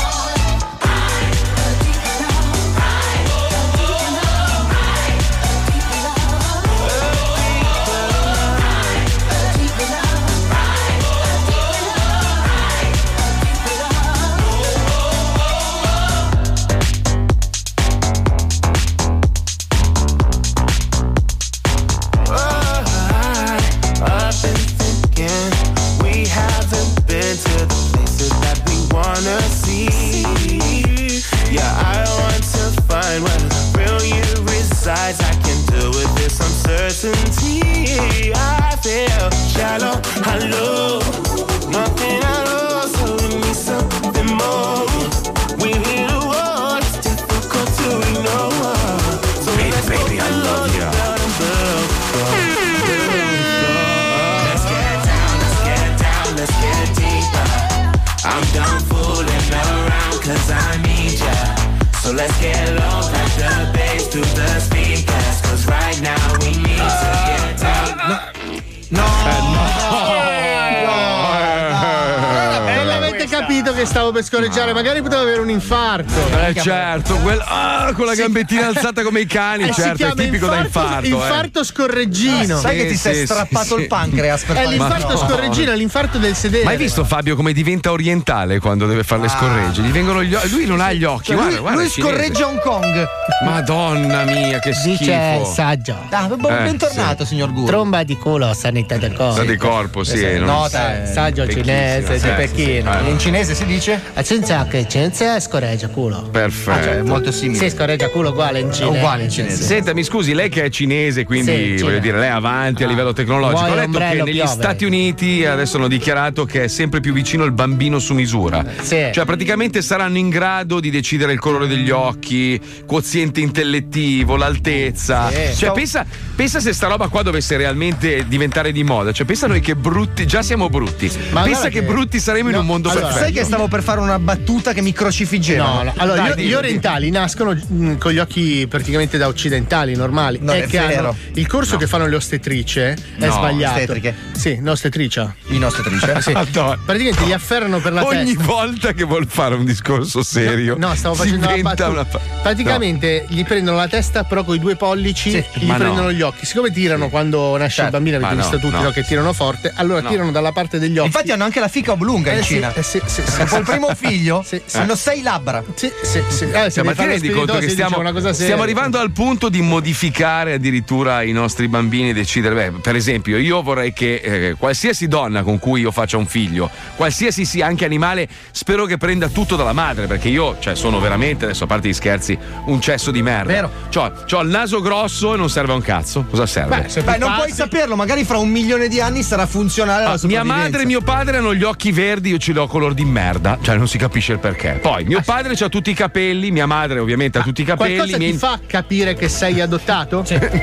I can deal with this uncertainty. I feel shallow, hollow, nothing at all, so we need something more. We need a war, it's difficult to ignore. So baby, I love you. Let's get down, let's get down, let's get deeper. I'm done fooling around, 'cause I need ya. So let's get low like the bass through the speakers, 'cause right now we need to get down. L'avete capito che stavo per scorreggiare, magari potevo avere un infarto. Certo, con la gambettina alzata come i cani, certo, è tipico da infarto. Infarto scorreggino. Sai che ti sei strappato il pancreas per fare l'infarto scorreggino, è l'infarto del sedere. Ma hai visto Fabio come diventa orientale quando deve fare le scorregge? Gli vengono gli occhi, lui non ha gli occhi, guarda, lui scorreggia Hong Kong. Madonna mia, che schifo. Dice saggio. Bentornato, signor Guru. Tromba di culo, sanità del corpo. Di corpo, sì. Nota saggio cinese di Pechino. In cinese cinese si dice? Senza scorreggia culo. Perfetto. Molto simile. Sì, scorreggia culo uguale in cinese. Uguale in cinese. Senta, mi scusi, lei che è cinese, quindi Sì, voglio dire, lei è avanti a livello tecnologico. Vuoi Ho letto che ombrello, negli piove. Stati Uniti adesso hanno dichiarato che è sempre più vicino il bambino su misura. Sì. Cioè, praticamente saranno in grado di decidere il colore degli occhi, quoziente intellettivo, l'altezza. Sì. Cioè, pensa se sta roba qua dovesse realmente diventare di moda. Cioè, pensa noi che brutti, già siamo brutti. Ma pensa che brutti saremo in un mondo perfetto. Sai che stavo per fare una battuta che mi crocifiggeva? No. Allora, gli orientali nascono con gli occhi praticamente da occidentali, normali. Non è che vero. hanno il corso che fanno le ostetrice è sbagliato. Ostetriche. Sì, ostetricia. In ostetrice? Sì. Praticamente li afferrano per la Ogni testa. volta che vuol fare un discorso serio, No, stavo facendo una battuta. Praticamente gli prendono la testa, però con i due pollici gli prendono gli occhi. Siccome tirano quando nasce il bambino, avete visto tutti che tirano forte, allora tirano dalla parte degli occhi. Infatti hanno anche la fica oblunga in Cina. Sì. Dopo il primo figlio hanno 6 labbra. Sì. Ma ti rendi conto che stiamo arrivando al punto di modificare addirittura i nostri bambini e decidere, per esempio, io vorrei che qualsiasi donna con cui io faccia un figlio, qualsiasi sia anche animale, spero che prenda tutto dalla madre, perché io, sono veramente, adesso a parte gli scherzi, un cesso di merda. Vero. C'ho il naso grosso e non serve a un cazzo. Cosa serve? Beh, non puoi saperlo, magari fra 1 milione di anni sarà funzionale la mia sopravvivenza. madre e mio padre hanno gli occhi verdi, io ce li ho color di merda, cioè non si capisce il perché. Poi mio padre ha tutti i capelli, mia madre ovviamente ha tutti i capelli. Qualcosa ti fa capire che sei adottato?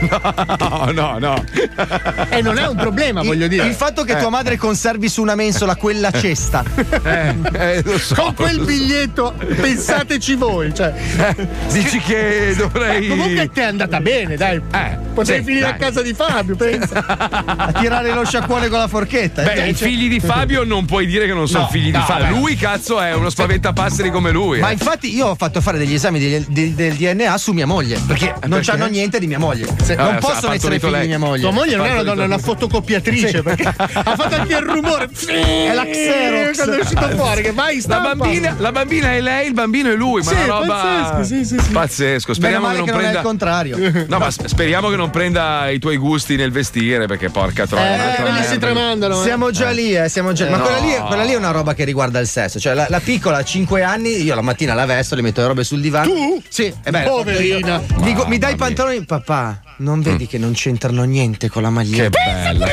No. E non è un problema, voglio dire. Il fatto che tua madre conservi su una mensola quella cesta. Lo so. Con quel biglietto, pensateci voi. Cioè. Dici che dovrei. Comunque ti è andata bene, dai. Potevi finire a casa di Fabio, pensa. A tirare lo sciacquone con la forchetta. I figli di Fabio non puoi dire che non sono figli di Fabio. Lui, cazzo, è uno spaventapasseri come lui. Ma infatti io ho fatto fare degli esami del DNA su mia moglie. Perché non c'hanno niente di mia moglie. Non possono essere figli di mia moglie. Tua moglie non è una donna, è una fotocopiatrice. Perché ha fatto anche il rumore. È la Xerox. Quando è uscito fuori, che vai la bambina è lei, il bambino è lui. Ma una roba pazzesco, sì. Pazzesco. Speriamo che non prenda. È il contrario. No, ma speriamo che non prenda i tuoi gusti nel vestire, perché porca troia. Quelli si tramandano. Siamo già lì, siamo già. Ma quella lì è una roba che riguarda il sesso. Cioè, la piccola ha 5 anni, io la mattina la vesto, le metto le robe sul divano. Tu? Sì, poverina. Mi dai i pantaloni, papà. Non vedi che non c'entrano niente con la maglietta? Che bella.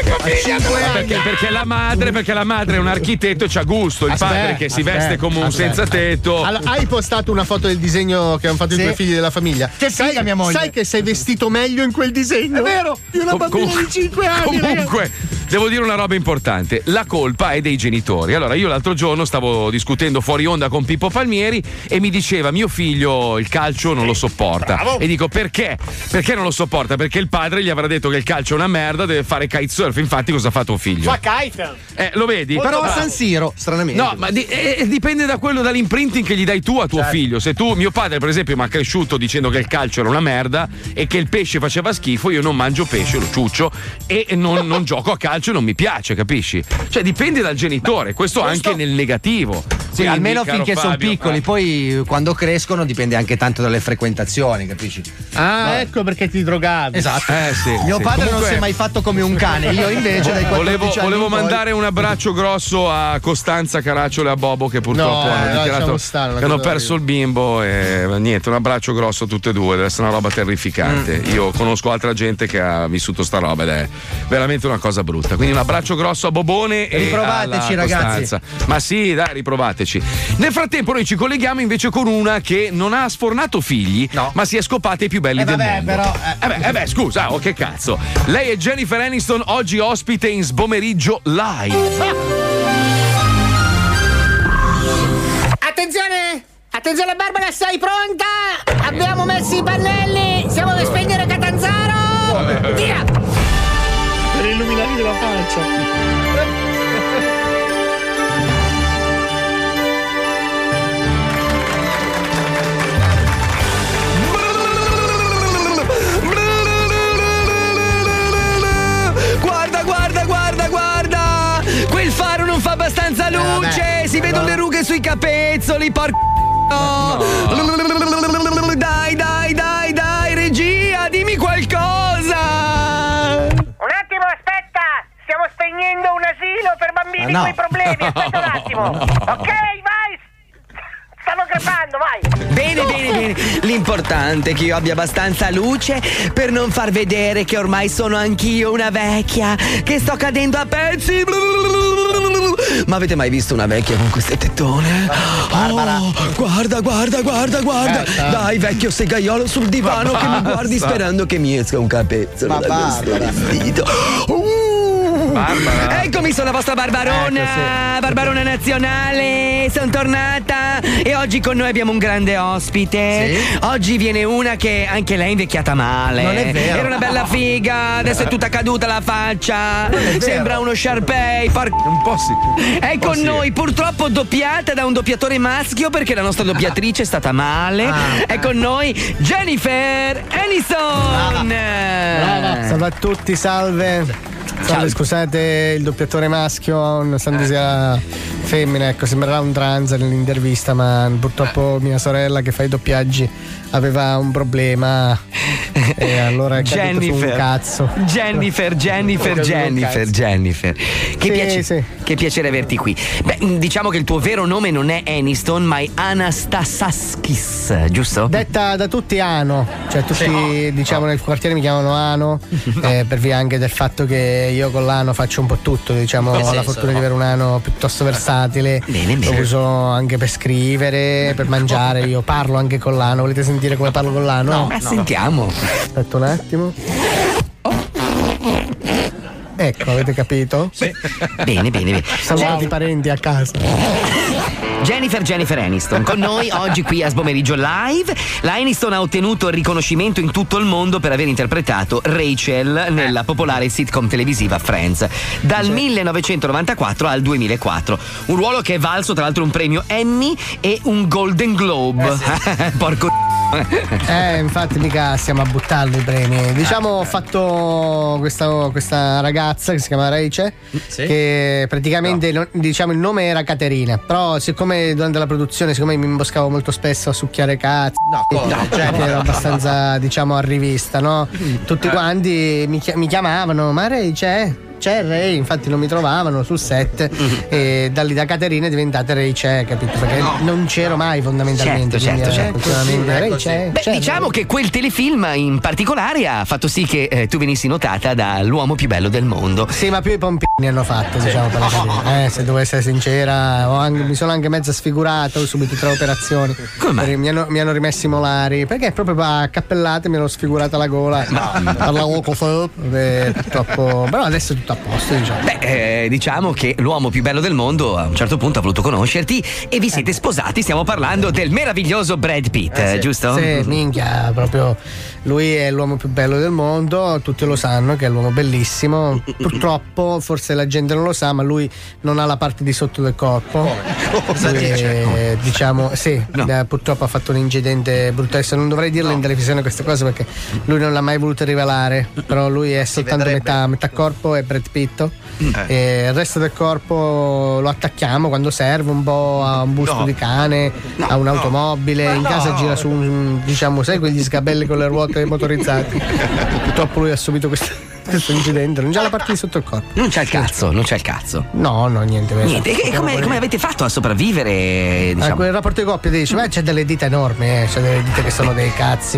Perché la madre è un architetto e c'ha gusto. Il padre che si veste come un senza tetto. Allora, hai postato una foto del disegno che hanno fatto i tuoi figli della famiglia. Che figa mia moglie. Sai che sei vestito meglio in quel disegno? È vero, di una bambina di 5 anni. Comunque, devo dire una roba importante. La colpa è dei genitori. Allora, io l'altro giorno stavo discutendo fuori onda con Pippo Palmieri e mi diceva: mio figlio il calcio non lo sopporta. Bravo. E dico: perché? Perché non lo sopporta? Perché il padre gli avrà detto che il calcio è una merda, deve fare kitesurf. Infatti, cosa ha fatto un figlio? Fa kite. Lo vedi? Però a San Siro, stranamente. No, ma dipende da quello, dall'imprinting che gli dai tu a tuo figlio. Se mio padre, per esempio, mi ha cresciuto dicendo che il calcio era una merda e che il pesce faceva schifo, io non mangio pesce, lo ciuccio e non gioco a calcio e non mi piace, capisci? Cioè, dipende dal genitore, questo anche nel negativo. Sì, Quindi, almeno finché sono piccoli, poi quando crescono dipende anche tanto dalle frequentazioni, capisci? Ecco perché ti drogavi. Esatto. Sì, mio padre non si è mai fatto come un cane, io invece dai 14 anni volevo mandare un abbraccio grosso a Costanza, Caracciolo e a Bobo che purtroppo hanno dichiarato che hanno perso il bimbo e niente, un abbraccio grosso a tutte e due, deve essere una roba terrificante. Io conosco altra gente che ha vissuto sta roba ed è veramente una cosa brutta. Quindi un abbraccio grosso a Bobone e riprovateci, ragazzi. Costanza. Ma sì, dai, riprovateci. Nel frattempo noi ci colleghiamo invece con una che non ha sfornato figli, ma si è scopata i più belli del mondo. Però, scusa, che cazzo. Lei è Jennifer Aniston, oggi ospite in Sbomeriggio Live. Attenzione Barbara, sei pronta? Abbiamo messo i pannelli, siamo per spegnere Catanzaro. Via! Per illuminare la faccia. Guarda! Quel faro non fa abbastanza luce! Si vedono le rughe sui capezzoli, porco! Dai, regia, dimmi qualcosa! Un attimo, aspetta! Stiamo spegnendo un asilo per bambini con i problemi, aspetta un attimo! Ok, vai! fanno, vai! Bene, bene, bene. L'importante è che io abbia abbastanza luce per non far vedere che ormai sono anch'io una vecchia, che sto cadendo a pezzi. Ma avete mai visto una vecchia con queste tettone? Oh, guarda, guarda, guarda, guarda. Dai, vecchio segaiolo sul divano che mi guardi sperando che mi esca un capezzolo da questo vestito. Barbara. Eccomi, sono la vostra Barbarona, Barbarona nazionale, sono tornata e oggi con noi abbiamo un grande ospite. Sì? Oggi viene una che anche lei è invecchiata male. Non è vero. Era una bella figa, adesso è tutta caduta la faccia. Sembra uno Sharpei. Un po' sì. È con noi, purtroppo doppiata da un doppiatore maschio perché la nostra doppiatrice è stata male. È con noi Jennifer Aniston. Brava. Salve a tutti, salve. Salve, scusate il doppiatore maschio, nonostante sia femmina, ecco, sembrerà un trans nell'intervista, ma purtroppo mia sorella che fa i doppiaggi aveva un problema e allora è caduto su un cazzo. Jennifer. Che piacere averti qui. Beh, diciamo che il tuo vero nome non è Aniston, ma è Anastasaskis, giusto? Detta da tutti Ano, cioè tutti diciamo nel quartiere mi chiamano Ano, per via anche del fatto che io con l'ano faccio un po' tutto, diciamo, ho la fortuna di avere un ano piuttosto versatile. Lo uso anche per scrivere, per mangiare, io parlo anche con l'ano. Volete sentire come parlo con l'ano? No. Sentiamo. Aspetta un attimo. Ecco, avete capito? Bene. Salvati i parenti a casa. Jennifer Aniston con noi oggi qui a Sbomeriggio Live. La Aniston ha ottenuto il riconoscimento in tutto il mondo per aver interpretato Rachel nella popolare sitcom televisiva Friends dal 1994 al 2004, un ruolo che è valso tra l'altro un premio Emmy e un Golden Globe. Porco infatti mica stiamo a buttarli i premi. Diciamo ho fatto questa ragazza che si chiama Rachel, che praticamente diciamo il nome era Caterina, però siccome durante la produzione siccome mi imboscavo molto spesso a succhiare cazzo, ero abbastanza diciamo a rivista, no? Tutti quanti mi chiamavano, ma Rachel c'è Ray, infatti non mi trovavano sul set e da lì da Caterina è diventata Ray c'è, capito? Perché non c'ero mai fondamentalmente. Certo. Diciamo che quel telefilm in particolare ha fatto sì che tu venissi notata dall'uomo più bello del mondo. Sì, ma più i pompini hanno fatto, diciamo, per la Caterina. Se devo essere sincera, mi sono anche mezza sfigurata, ho subito 3 operazioni. Come? Mi hanno rimessi i molari, perché proprio a cappellate mi hanno sfigurata la gola. Parlavo purtroppo, però adesso è tutto a posto, diciamo. Diciamo che l'uomo più bello del mondo a un certo punto ha voluto conoscerti e vi siete sposati. Stiamo parlando del meraviglioso Brad Pitt, giusto? Sì, minchia, proprio lui è l'uomo più bello del mondo, tutti lo sanno che è l'uomo bellissimo. Purtroppo, forse la gente non lo sa, ma lui non ha la parte di sotto del corpo. Cosa dice? Diciamo, purtroppo ha fatto un incidente bruttissimo. Non dovrei dirle in televisione queste cose perché lui non l'ha mai voluto rivelare, però lui è soltanto metà corpo e Brad Pitt, e il resto del corpo lo attacchiamo quando serve, un po' a un busto di cane, a un'automobile, in casa gira su diciamo, sai quegli sgabelli con le ruote motorizzate. Purtroppo lui ha subito questo incidente, non c'ha la parte di sotto il corpo. Non c'è il cazzo. No, niente. E come avete fatto a sopravvivere? Diciamo? Quel rapporto di coppia dice, c'è delle dita enormi, c'è delle dita che sono dei cazzi.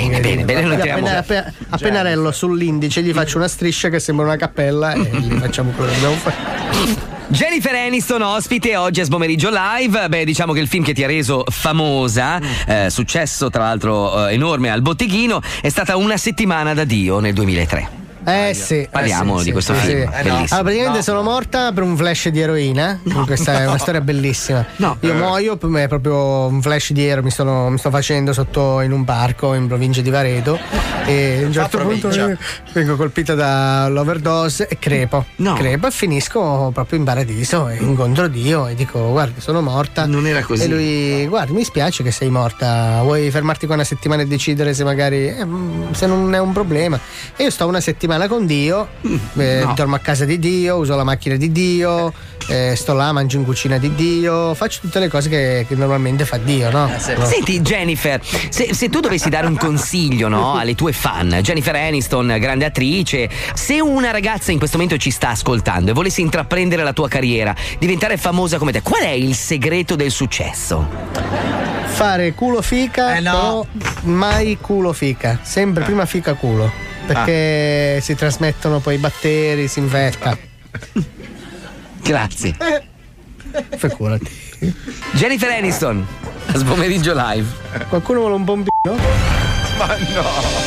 Bene. Appena rello sull'indice gli faccio una striscia che sembra una cappella e gli facciamo quello che dobbiamo fare. Jennifer Aniston ospite oggi a Sbomeriggio Live. Diciamo che il film che ti ha reso famosa, successo tra l'altro enorme al botteghino, è stata Una settimana da Dio nel 2003. Sì. Parliamo di questo film. Bellissimo. Allora, praticamente sono morta per un flash di eroina. Questa è una storia bellissima. Io muoio, è proprio un flash di ero. Mi sto facendo sotto in un parco in provincia di Varedo. E a un certo punto vengo colpita dall'overdose e crepo e finisco proprio in paradiso e incontro Dio e dico: guarda, sono morta. Non era così. E lui: guarda, mi spiace che sei morta, vuoi fermarti qua una settimana e decidere se magari se non è un problema. E io sto una settimana settimana con Dio, dormo a casa di Dio, uso la macchina di Dio, sto là, mangio in cucina di Dio, faccio tutte le cose che normalmente fa Dio, no? Senti Jennifer, se tu dovessi dare un consiglio, no, alle tue fan, Jennifer Aniston, grande attrice, se una ragazza in questo momento ci sta ascoltando e volesse intraprendere la tua carriera, diventare famosa come te, qual è il segreto del successo? Fare culo fica, però mai culo fica, sempre prima fica culo, perché si trasmettono poi i batteri, si infetta. Grazie. Figurati. Jennifer Aniston, a Spomeriggio Live. Qualcuno vuole un bombino? Ma no.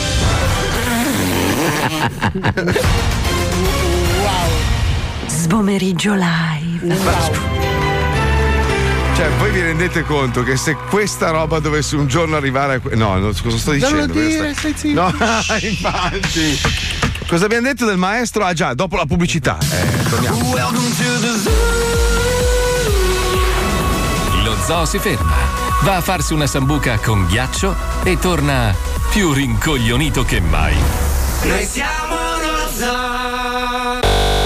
Wow. Spomeriggio Live. Cioè, voi vi rendete conto che se questa roba dovesse un giorno arrivare a. No, cosa sto dicendo? Non lo dire, stai zitto. No, infatti. Cosa abbiamo detto del maestro? Ah già, dopo la pubblicità. Torniamo. Lo zoo si ferma, va a farsi una sambuca con ghiaccio e torna più rincoglionito che mai. Noi siamo lo zoo.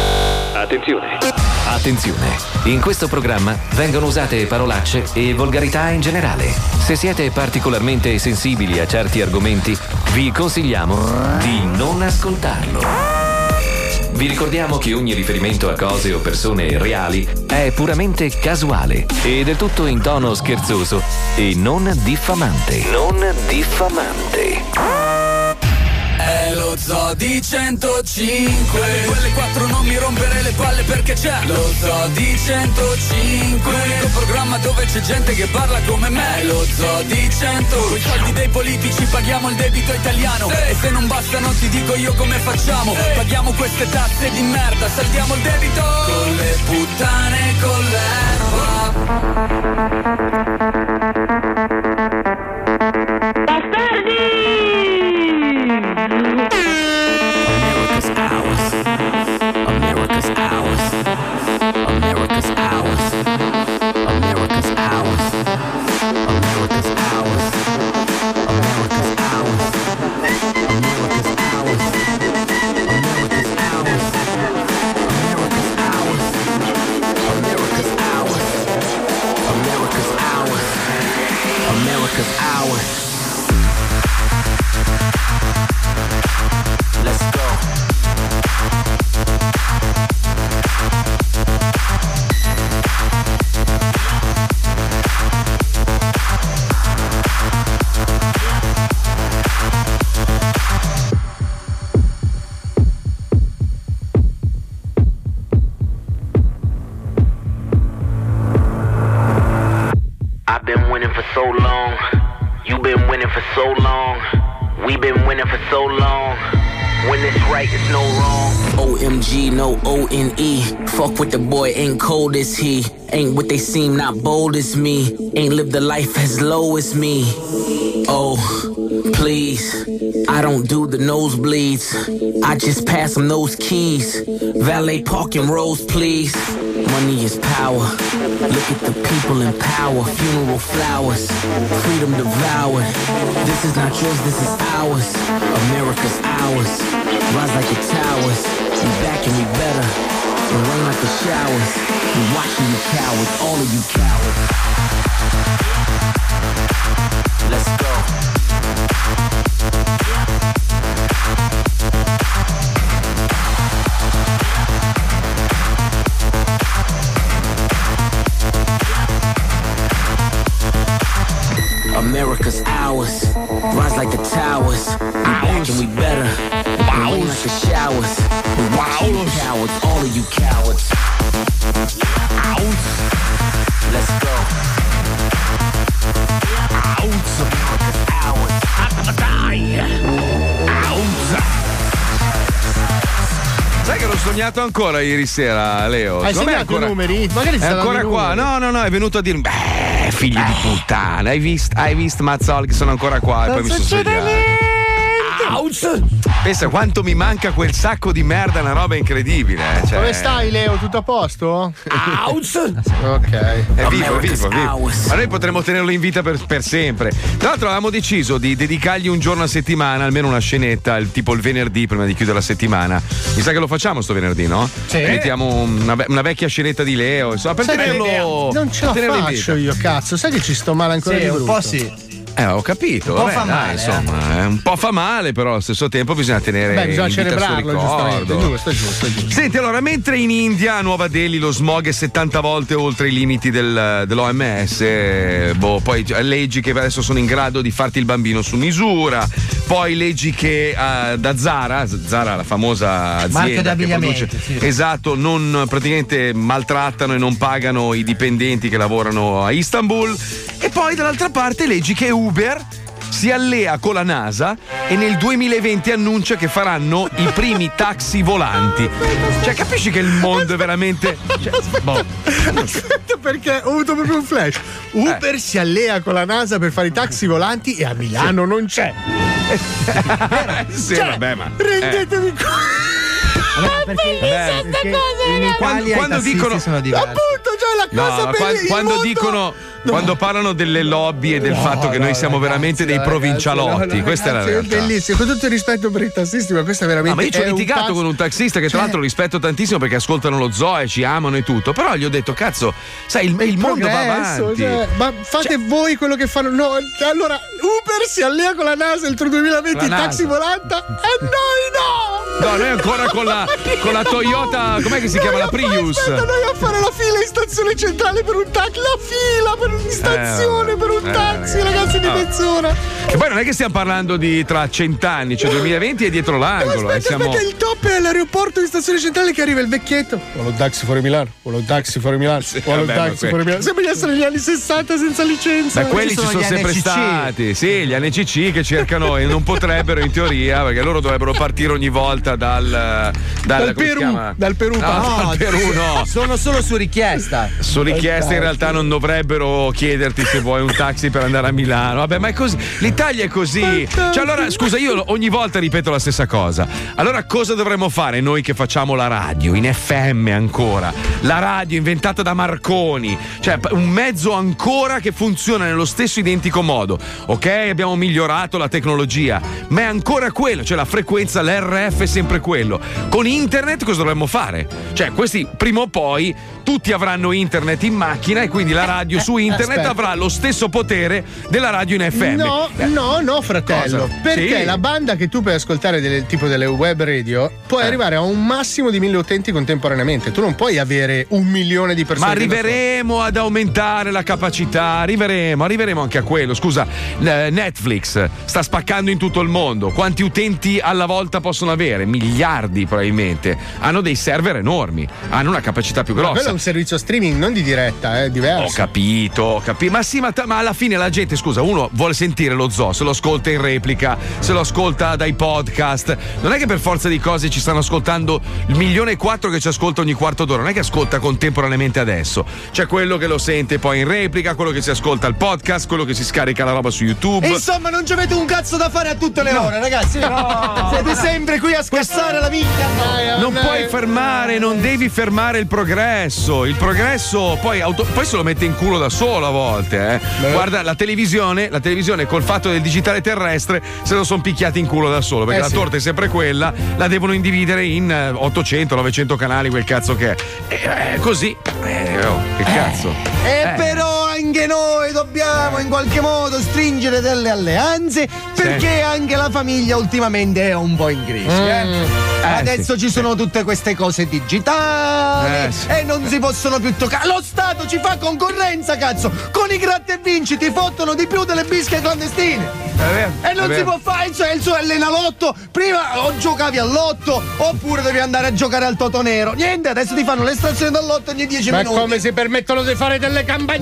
Attenzione, in questo programma vengono usate parolacce e volgarità in generale. Se siete particolarmente sensibili a certi argomenti, vi consigliamo di non ascoltarlo. Vi ricordiamo che ogni riferimento a cose o persone reali è puramente casuale e del tutto in tono scherzoso e non diffamante. Non diffamante. È lo zoo di 105. Quelle 4 non mi rompere le palle perché c'è lo zoo di 105. L'unico programma dove c'è gente che parla come me. Lo zoo di 100. Con i soldi dei politici paghiamo il debito italiano. E se non bastano ti dico io come facciamo. Paghiamo queste tasse di merda, saldiamo il debito con le puttane e con America's ours. America's ours. America's ours. America's ours. America's ours. America's ours. America's ours. America's ours. America's ours. America's ours. America's ours. America's ours. Let's go. I've been winning for so long. You've been winning for so long. We've been winning for so long. When it's right, it's no wrong. OMG, no O-N-E. Fuck with the boy, ain't cold as he. Ain't what they seem, not bold as me. Ain't lived a life as low as me. Oh, please. I don't do the nosebleeds. I just pass them those keys. Valet parking rows, please. Money is power. Look at the people in power. Funeral flowers. Freedom devoured. This is not yours, this is ours. America's ours. Rise like the towers. We back and we better. And rain like the showers. We watching you cowards. All of you cowards. Let's go. America's ours. Rise like the towers. We back and we better. And rain like the showers. We watching you cowards. All of you cowards. Let's go. America's ours. Sai che l'ho sognato ancora ieri sera, Leo? Hai segnato i numeri? Magari è ancora qua. No, è venuto a dirmi: beh, figli di puttana, hai visto Mazzoli che sono ancora qua? E poi mi sono svegliato. Pensa quanto mi manca quel sacco di merda, una roba incredibile. Cioè... Come stai, Leo? Tutto a posto? Ok. È vivo. Ma noi potremmo tenerlo in vita per sempre. Tra l'altro avevamo deciso di dedicargli un giorno a settimana, almeno una scenetta, tipo il venerdì prima di chiudere la settimana. Mi sa che lo facciamo sto venerdì, no? Sì. Mettiamo una vecchia scenetta di Leo, insomma, per tenerlo. Non ce la faccio io, cazzo. Sai che ci sto male ancora di brutto? Un po' sì. Ho capito. Un po' fa male, insomma, un po' fa male, però allo stesso tempo bisogna tenere. Bisogna celebrarlo, giustamente. Giusto. Senti, allora, mentre in India, a Nuova Delhi, lo smog è 70 volte oltre i limiti dell'OMS, poi leggi che adesso sono in grado di farti il bambino su misura, poi leggi che da Zara, la famosa azienda che produce, esatto, non praticamente maltrattano e non pagano i dipendenti che lavorano a Istanbul, e poi dall'altra parte leggi che Uber si allea con la NASA e nel 2020 annuncia che faranno i primi taxi volanti. Cioè, capisci che il mondo è veramente. Aspetta, perché ho avuto proprio un flash. Uber si allea con la NASA per fare i taxi volanti e a Milano non c'è. Sì, vabbè, ma. Rendetevi quando dicono sono diversi. Appunto, cioè la cosa quando dicono quando parlano delle lobby e del fatto che noi siamo veramente dei provincialotti, questa è la realtà. È bellissimo, con tutto il rispetto per i tassisti, ma questa è veramente. Ma io ci ho litigato con un taxista che tra l'altro rispetto tantissimo perché ascoltano lo Zoe, ci amano e tutto, però gli ho detto cazzo, sai, il mondo va avanti. Ma fate voi quello che fanno. No, allora Uber si allea con la NASA entro il 2020, il taxi volanta e noi no! No, noi ancora con la Toyota, com'è che si chiama? La Prius. Aspetta, noi a fare la fila in stazione centrale per un taxi, la fila per in stazione per un taxi, ragazzi, di mezz'ora. E poi non è che stiamo parlando di tra 100 anni, cioè 2020 è dietro l'angolo. Aspetta, il top è all'aeroporto in stazione centrale che arriva il vecchietto. Vuole un taxi fuori Milano, vuole un taxi fuori Milano, vuole un taxi fuori Milano. Sembra di essere negli anni 60 senza licenza. Ma quelli ci sono sempre stati. Sì, gli NCC che cercano e non potrebbero in teoria, perché loro dovrebbero partire ogni volta dal Perù. Dal Perù. Dal Perù no. Sono solo su richiesta. Su richiesta in realtà non dovrebbero chiederti se vuoi un taxi per andare a Milano. Vabbè, ma è così. L'Italia è così. Cioè, allora, scusa, io ogni volta ripeto la stessa cosa. Allora, cosa dovremmo fare noi che facciamo la radio in FM ancora? La radio inventata da Marconi. Cioè, un mezzo ancora che funziona nello stesso identico modo. Ok, abbiamo migliorato la tecnologia, ma è ancora quello. Cioè, la frequenza, l'RF è sempre quello. Con internet cosa dovremmo fare? Cioè, questi prima o poi tutti avranno internet in macchina e quindi la radio su internet avrà lo stesso potere della radio in FM. No, fratello. Cosa? Perché la banda che tu puoi ascoltare tipo delle web radio puoi arrivare a un massimo di 1000 utenti contemporaneamente. Tu non puoi avere 1 milione di persone. Ma arriveremo ad aumentare la capacità, arriveremo anche a quello. Scusa, Netflix sta spaccando in tutto il mondo. Quanti utenti alla volta possono avere? Miliardi probabilmente. Hanno dei server enormi, hanno una capacità più grossa. Ma quello è un servizio streaming, non di diretta, è diverso. Ho capito. Ma sì, ma alla fine la gente, scusa, uno vuole sentire lo Zoo, se lo ascolta in replica, se lo ascolta dai podcast. Non è che per forza di cose ci stanno ascoltando 1,4 milioni che ci ascolta ogni quarto d'ora, non è che ascolta contemporaneamente adesso. C'è quello che lo sente poi in replica, quello che si ascolta il podcast, quello che si scarica la roba su YouTube. Insomma, non ci avete un cazzo da fare a tutte le ore, ragazzi. No. Siete sempre qui a scassare la vita. Non puoi fermare, non devi fermare il progresso. Il progresso poi se lo mette in culo da solo a volte. Guarda, la televisione col fatto del digitale terrestre se lo sono picchiati in culo da solo, perché la torta è sempre quella, la devono individere in 800, 900 canali, quel cazzo che è. Così. Che cazzo. Però anche noi dobbiamo in qualche modo stringere delle alleanze, perché anche la famiglia ultimamente è un po' in crisi. Adesso ci sono tutte queste cose digitali e non si possono più toccare. Lo Stato ci fa concorrenza, cazzo! Con i gratta e vinci ti fottono di più delle bische clandestine. E non si può fare, cioè il suo Allenalotto. Prima o giocavi al lotto oppure devi andare a giocare al Toto Nero. Niente, adesso ti fanno l'estrazione dal lotto ogni 10 minuti. Ma come si permettono di fare delle campagne pubblicitarie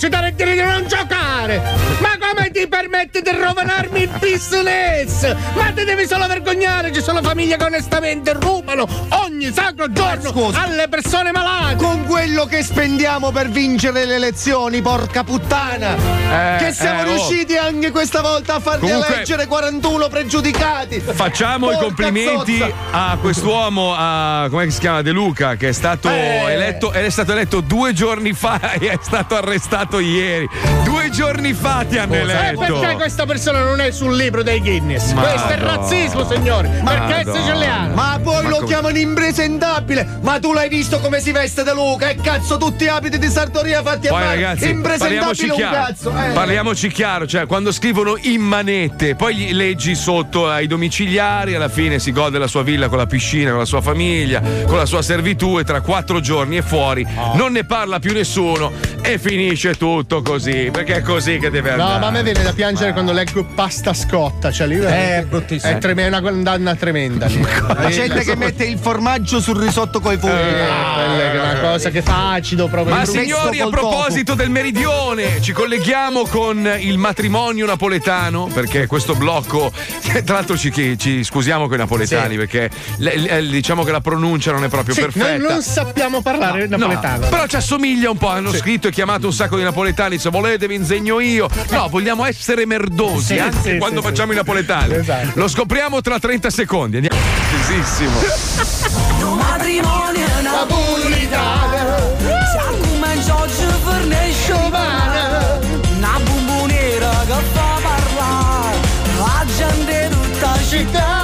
pubblicitario e dire di non giocare. Ma come ti permetti di rovinarmi il business? Ma ti devi solo vergognare, ci sono famiglie che onestamente rubano ogni sacro giorno alle persone malate. Con quello che spendiamo per vincere le elezioni, porca puttana! Che siamo riusciti anche questa volta a farli eleggere 41 pregiudicati. Facciamo i complimenti a quest'uomo, come si chiama? De Luca, che è stato eletto 2 giorni fa e è stato arrestato ieri. 2 giorni fa ti hanno eletto. Perché questa persona non è sul libro dei Guinness? Questo è razzismo, signori. Perché è siciliano? Ma poi lo chiamano impresentabile. Ma tu l'hai visto come si veste De Luca? E cazzo, tutti abiti di sartoria fatti a mano. Ragazzi, impresentabile un cazzo. Parliamoci chiaro, cioè quando scrivono in manette, poi gli leggi sotto ai domiciliari, alla fine si gode la sua villa con la piscina, con la sua famiglia, con la sua servitù, e tra 4 giorni è fuori, non ne parla più nessuno e finisce tutto così, perché è così che deve andare. No, ma a me viene da piangere quando leggo pasta scotta, cioè lì è bruttissimo. È una condanna tremenda lì. La gente che mette il formaggio sul risotto coi funghi. Quella è una cosa che fa acido proprio. Ma signori, a proposito del meridione, ci colleghiamo con il matrimonio napoletano, perché questo blocco, tra l'altro ci scusiamo con i napoletani, perché diciamo che la pronuncia non è proprio perfetta. Noi non sappiamo parlare napoletano. No, però ci assomiglia un po', hanno scritto e chiamato un sacco di napoletani, se volete vi insegno io. No, vogliamo essere merdosi anche quando facciamo i napoletani. Esatto. Lo scopriamo tra 30 secondi. Andiamo. Precisissimo. Matrimonio napoletano, si comincia oggi per nesciovana, una bomboniera che fa parlare la gente tutta città.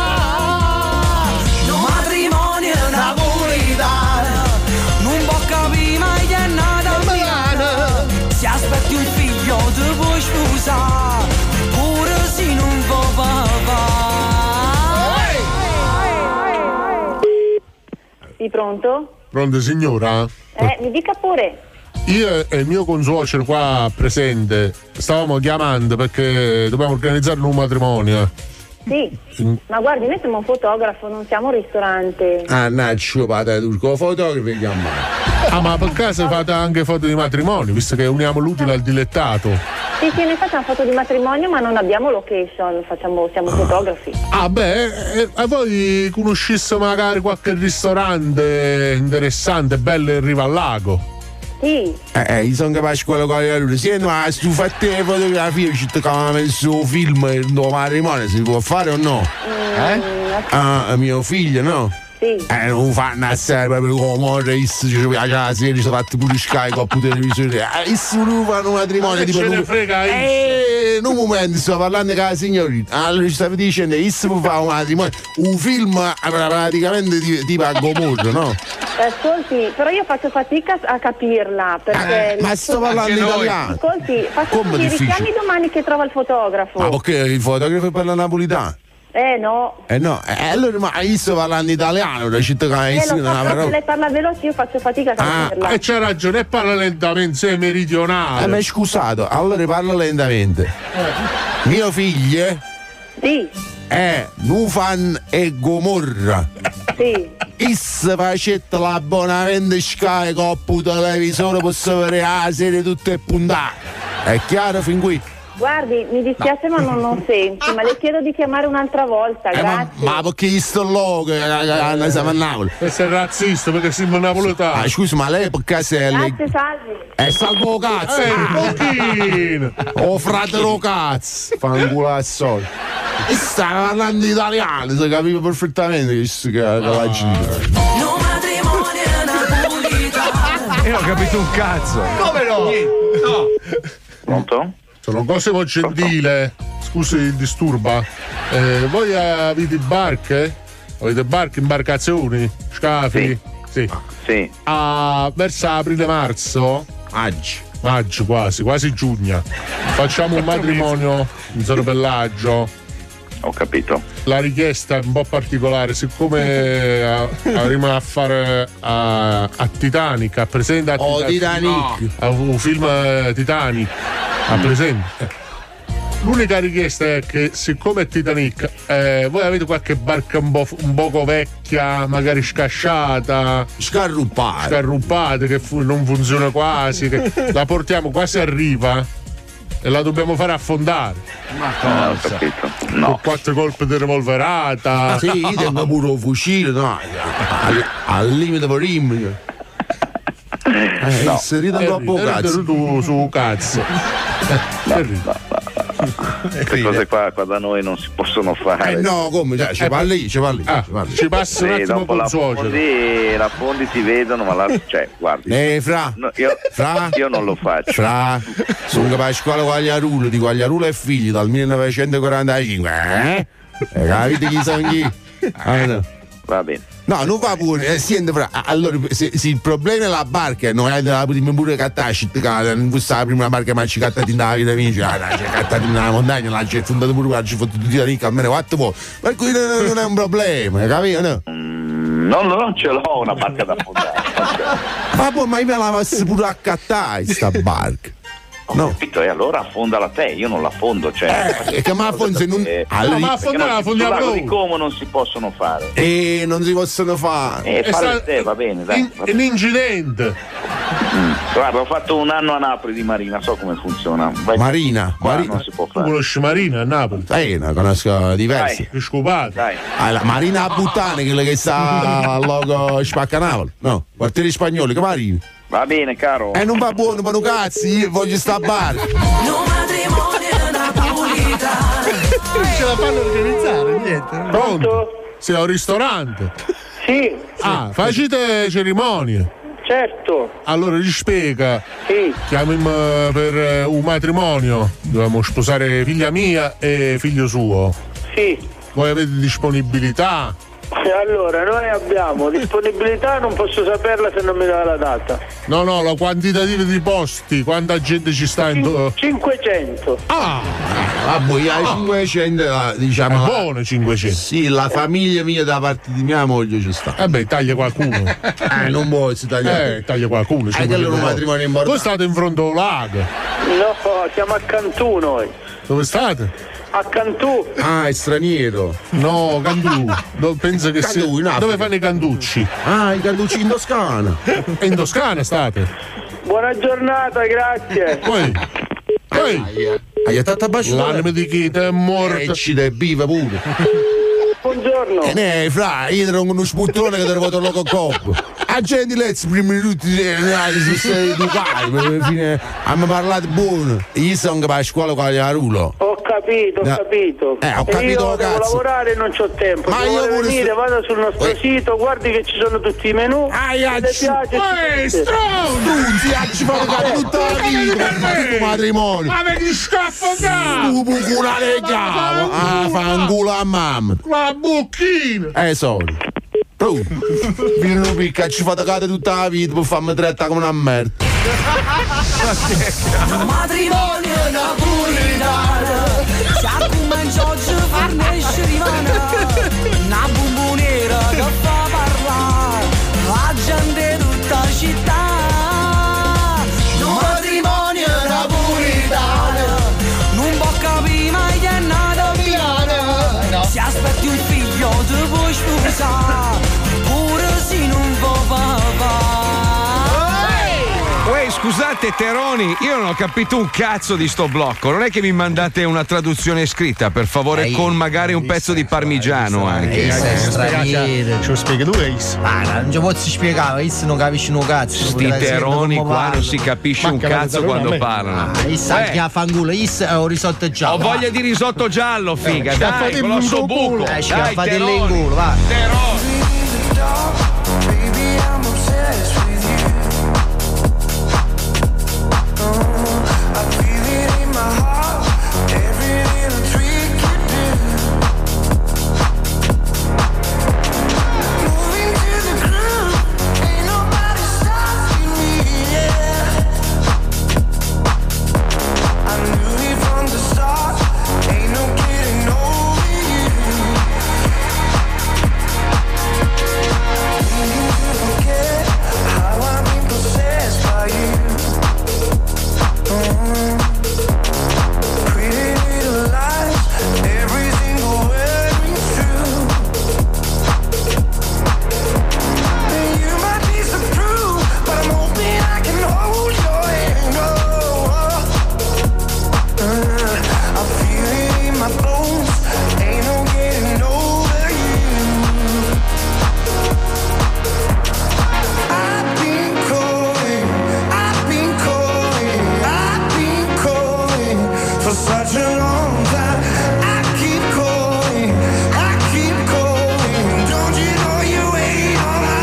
Matrimonio napoletano, non può capire mai che è nata milano, si aspetti un figlio ti puoi sposare, pure se non va papà. Sì, pronto? Pronto signora? Mi dica pure. Io e il mio consuocero qua presente stavamo chiamando perché dobbiamo organizzare un matrimonio. Sì, ma guardi, noi siamo un fotografo, non siamo un ristorante. Ah, naccio, padre turco, fotografi chiamare. Ma per caso fate anche foto di matrimonio, visto che uniamo l'utile al dilettato? Sì, noi facciamo foto di matrimonio, ma non abbiamo location, siamo fotografi. Ah beh, a voi conoscesse magari qualche ristorante interessante, bello in riva al lago? Sì. Io sono capace di quello che lui si ma se tu fai te fotografie ci toccava il suo film il tuo matrimonio, si può fare o no? Mio figlio, no? Sì. Non fanno a serie proprio come ci piace la serie, sono fatti pure Sky con il televisore. Non fanno un matrimonio tipo. Ce ne frega un momento, sto parlando con la signorina. Allora ci stavi dicendo, può fare un matrimonio. Un film praticamente tipo a Gomorra, no? Ascolti, però io faccio fatica a capirla perché. Ma sto parlando italiano. Ascolti, faccio richiami domani che trova il fotografo. Ma perché il fotografo parla napolitano? No. No, allora ma io sto parlando italiano, da città che se lei parla veloce io faccio fatica a capirla. E c'ha ragione, e parla lentamente, sei meridionale. Ma scusato, allora parla lentamente. Mio figlio è Nufan e Gomorra. Sì. Issa facetta l'abbonamento Sky coppo televisore, posso vedere la serie tutte puntate. È chiaro fin qui? Guardi, mi dispiace ma non senti, ma le chiedo di chiamare un'altra volta, grazie. Ma perché io sto loco, noi siamo a Napoli. Questo è razzista perché siamo napoletani. Scusa, ma lei perché sei Grazie, salve. È salvo cazzo! Un pochino! Oh fratello cazzo! Fanculo al solito. E stava parlando italiano, si capiva perfettamente che la gira. Io ho capito un cazzo. Come no? No. Pronto? Sono Cosimo Gentile, scusi il disturba. Voi avete barche? Avete barche, imbarcazioni? Scafi? Sì. Verso aprile-marzo? Maggio quasi giugno. Facciamo un matrimonio in Sorbellaggio. Ho capito. La richiesta è un po' particolare, siccome avremo a fare a Titanic, a presente a Titanic. Un film Titanic. A presente. L'unica richiesta è che, siccome è Titanic, voi avete qualche barca un poco vecchia, magari scasciata, scarruppate, che non funziona quasi, che la portiamo quasi a riva e la dobbiamo fare affondare. Ma cosa? No. Con 4 colpi di revolverata. Sì, io tengo pure un fucile, no? Al limite per rimmi. No. Si ride troppo cazzo. Tu su cazzo. Queste cose qua da noi non si possono fare. No, come? Cioè, ci parli. Ci passa un attimo dopo con suocero. la fondi si vedono, ma cioè, guardi. Fra. No, io non lo faccio. Fra. Sono Pasquale Quagliarulo di Quagliarulo e figli dal 1945. Capite chi sono chi? No. Va bene. No, non va pure, senti, Fra. Allora, se il problema è la barca, non è la prima pure cattare, non questa la prima barca, ma ci cattati nella vita mia, ci cattati nella montagna, la ci è fondato pure qua, ci fatto tutti i ricchi almeno 4 volte. Per cui non è un problema, capito? No? Non ce l'ho una barca da fondare. Ma poi ma io me la passi pure a cattare sta barca. No. Capito, e allora affondala te, io non la affondo, cioè. Che ma affondo se non. Ma affondala sul lago di Como non si possono fare. Non si possono fare. Fare te, va bene, dai. È un incidente. Guarda, ho fatto un anno a Napoli di Marina, so come funziona. Marina? Non si può fare. Tu conosci Marina a Napoli? Ne conosco diversi. Che scopate. Dai. La Marina a Buttane, quella che sta al logo Spacca Napoli. No, quartieri spagnoli, che Marina. Va bene, caro. Non va buono, ma non cazzi, io voglio sta a bar. Non matrimonio napolitano. Non ce la fanno organizzare, niente. Pronto? Sei al ristorante? Sì. Facete cerimonie? Certo. Allora ci spiega. Sì. Chiamiamo per un matrimonio. Dobbiamo sposare figlia mia e figlio suo. Sì. Voi avete disponibilità? Allora, noi abbiamo disponibilità, non posso saperla se non mi dà la data. No, la quantitativa di posti, quanta gente ci sta in 500. Vabbè, 500, diciamo. È buono 500. Sì, la famiglia mia da parte di mia moglie ci sta. Taglia qualcuno. Non vuoi si tagliare. Taglia qualcuno. È un matrimonio importante. Voi state in fronte al lago? No, siamo a Cantù noi. Dove state? A Cantù. È straniero. No, Cantù. Penso che sia. Dove fanno i cantucci? I cantucci in Toscana. E in Toscana state? Buona giornata, grazie. Poi. Hai tanto baciato. L'anima di chi è morto. Ci dai viva pure. Buongiorno. Fra, io ero uno sputtone che trovato il loco coppo. A gente lezzi prima di tutti si sta educati, fine hanno parlato buono. Io sono a scuola con Quagliarulo. Ho capito. Ho capito, io devo lavorare e non c'ho tempo. Ma io venire, vado sul nostro sito, guardi che ci sono tutti i menù. Se piace. Strunzi, ci fanno fare tutta la vita. Tu matrimonio. Ma vedi scappo qua! Tu bucula le cavo. Fanculo a mamma. La bocchina! Sorry. Vieni un picca, ci fate cade tutta la vita per farmi trattare come una merda. Matrimonio napolitano, se a cominciò ci fornisce rimane una bomboniera che fa parlare la gente tutta la città. Matrimonio napolitano, non può capire mai che è nato piano. Se aspetti un figlio ti puoi sposare, pure se non può papà. Scusate Teroni, io non ho capito un cazzo di sto blocco. Non è che mi mandate una traduzione scritta, per favore, con magari un pezzo di parmigiano anche. Ce lo spiega tu, Ace? Non ci posso spiegare, Ace non capisci un cazzo. Sti Teroni qua non si capisce un cazzo quando parlano. Ace anche a fangulo, Ace ho risotto giallo. Ho voglia di risotto giallo, figa. Dai, colosso buco. Dai, Teroni. In culo, va. Teroni. for such a long time. I keep calling, I keep calling. Don't you know you ain't on my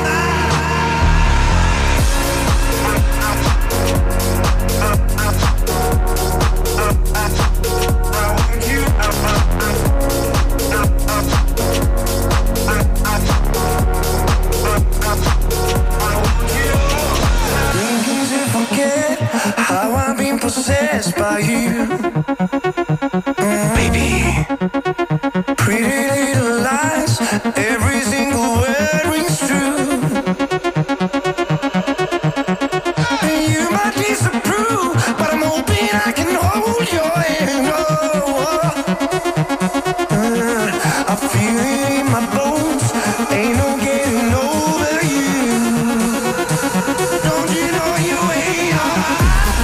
how I've been possessed by you, baby. Pretty little lies, every single word rings true. You might disapprove, but I'm hoping I can hold your hand. I feel it in my bones, ain't no getting over you. Don't you know you ain't on.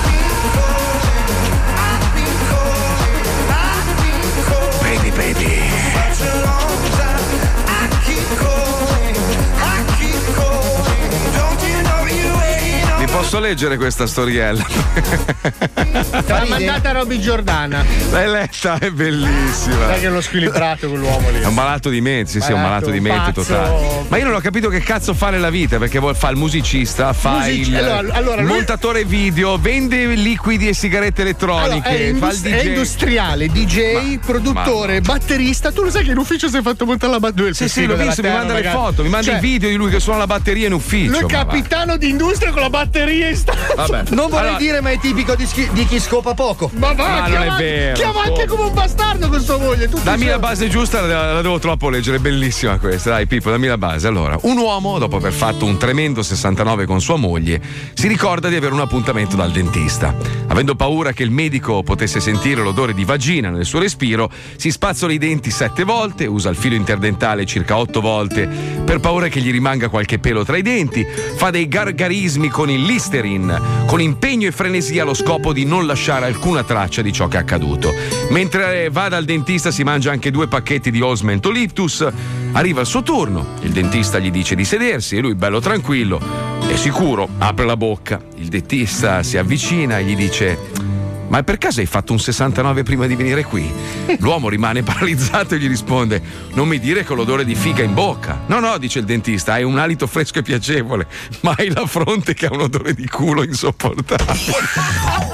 Posso leggere questa storiella? L'ha mandata Roby Giordana. L'hai letta? È bellissima. Sai che è uno squilibrato quell'uomo lì. È un malato di mente, sì, è un malato di mente totale. Ma io non ho capito che cazzo fa nella vita, perché fa il musicista, fa il montatore video, vende liquidi e sigarette elettroniche, fa il DJ. È industriale, DJ, produttore, batterista. Tu lo sai che in ufficio si è fatto montare la batteria? Sì, l'ho visto, mi manda le foto, mi manda i video di lui che suona la batteria in ufficio. Lui è capitano di industria con la batteria. Vabbè. Non vorrei dire, ma è tipico di chi scopa poco. Ma va, non è vero. Chiama anche come un bastardo con sua moglie. Dammi la base giusta, la devo troppo leggere, è bellissima questa. Dai, Pippo, dammi la base. Allora, un uomo, dopo aver fatto un tremendo 69 con sua moglie, si ricorda di avere un appuntamento dal dentista. Avendo paura che il medico potesse sentire l'odore di vagina nel suo respiro, si spazzola i denti 7 volte, usa il filo interdentale circa 8 volte per paura che gli rimanga qualche pelo tra i denti, fa dei gargarismi con il Listerine, con impegno e frenesia allo scopo di non lasciare alcuna traccia di ciò che è accaduto. Mentre va dal dentista si mangia anche 2 pacchetti di Osmentoliptus. Arriva il suo turno, il dentista gli dice di sedersi e lui, bello tranquillo e sicuro, apre la bocca. Il dentista si avvicina e gli dice: ma per caso hai fatto un 69 prima di venire qui? L'uomo rimane paralizzato e gli risponde: non mi dire che ho l'odore di figa in bocca. No, dice il dentista, hai un alito fresco e piacevole, ma hai la fronte che ha un odore di culo insopportabile.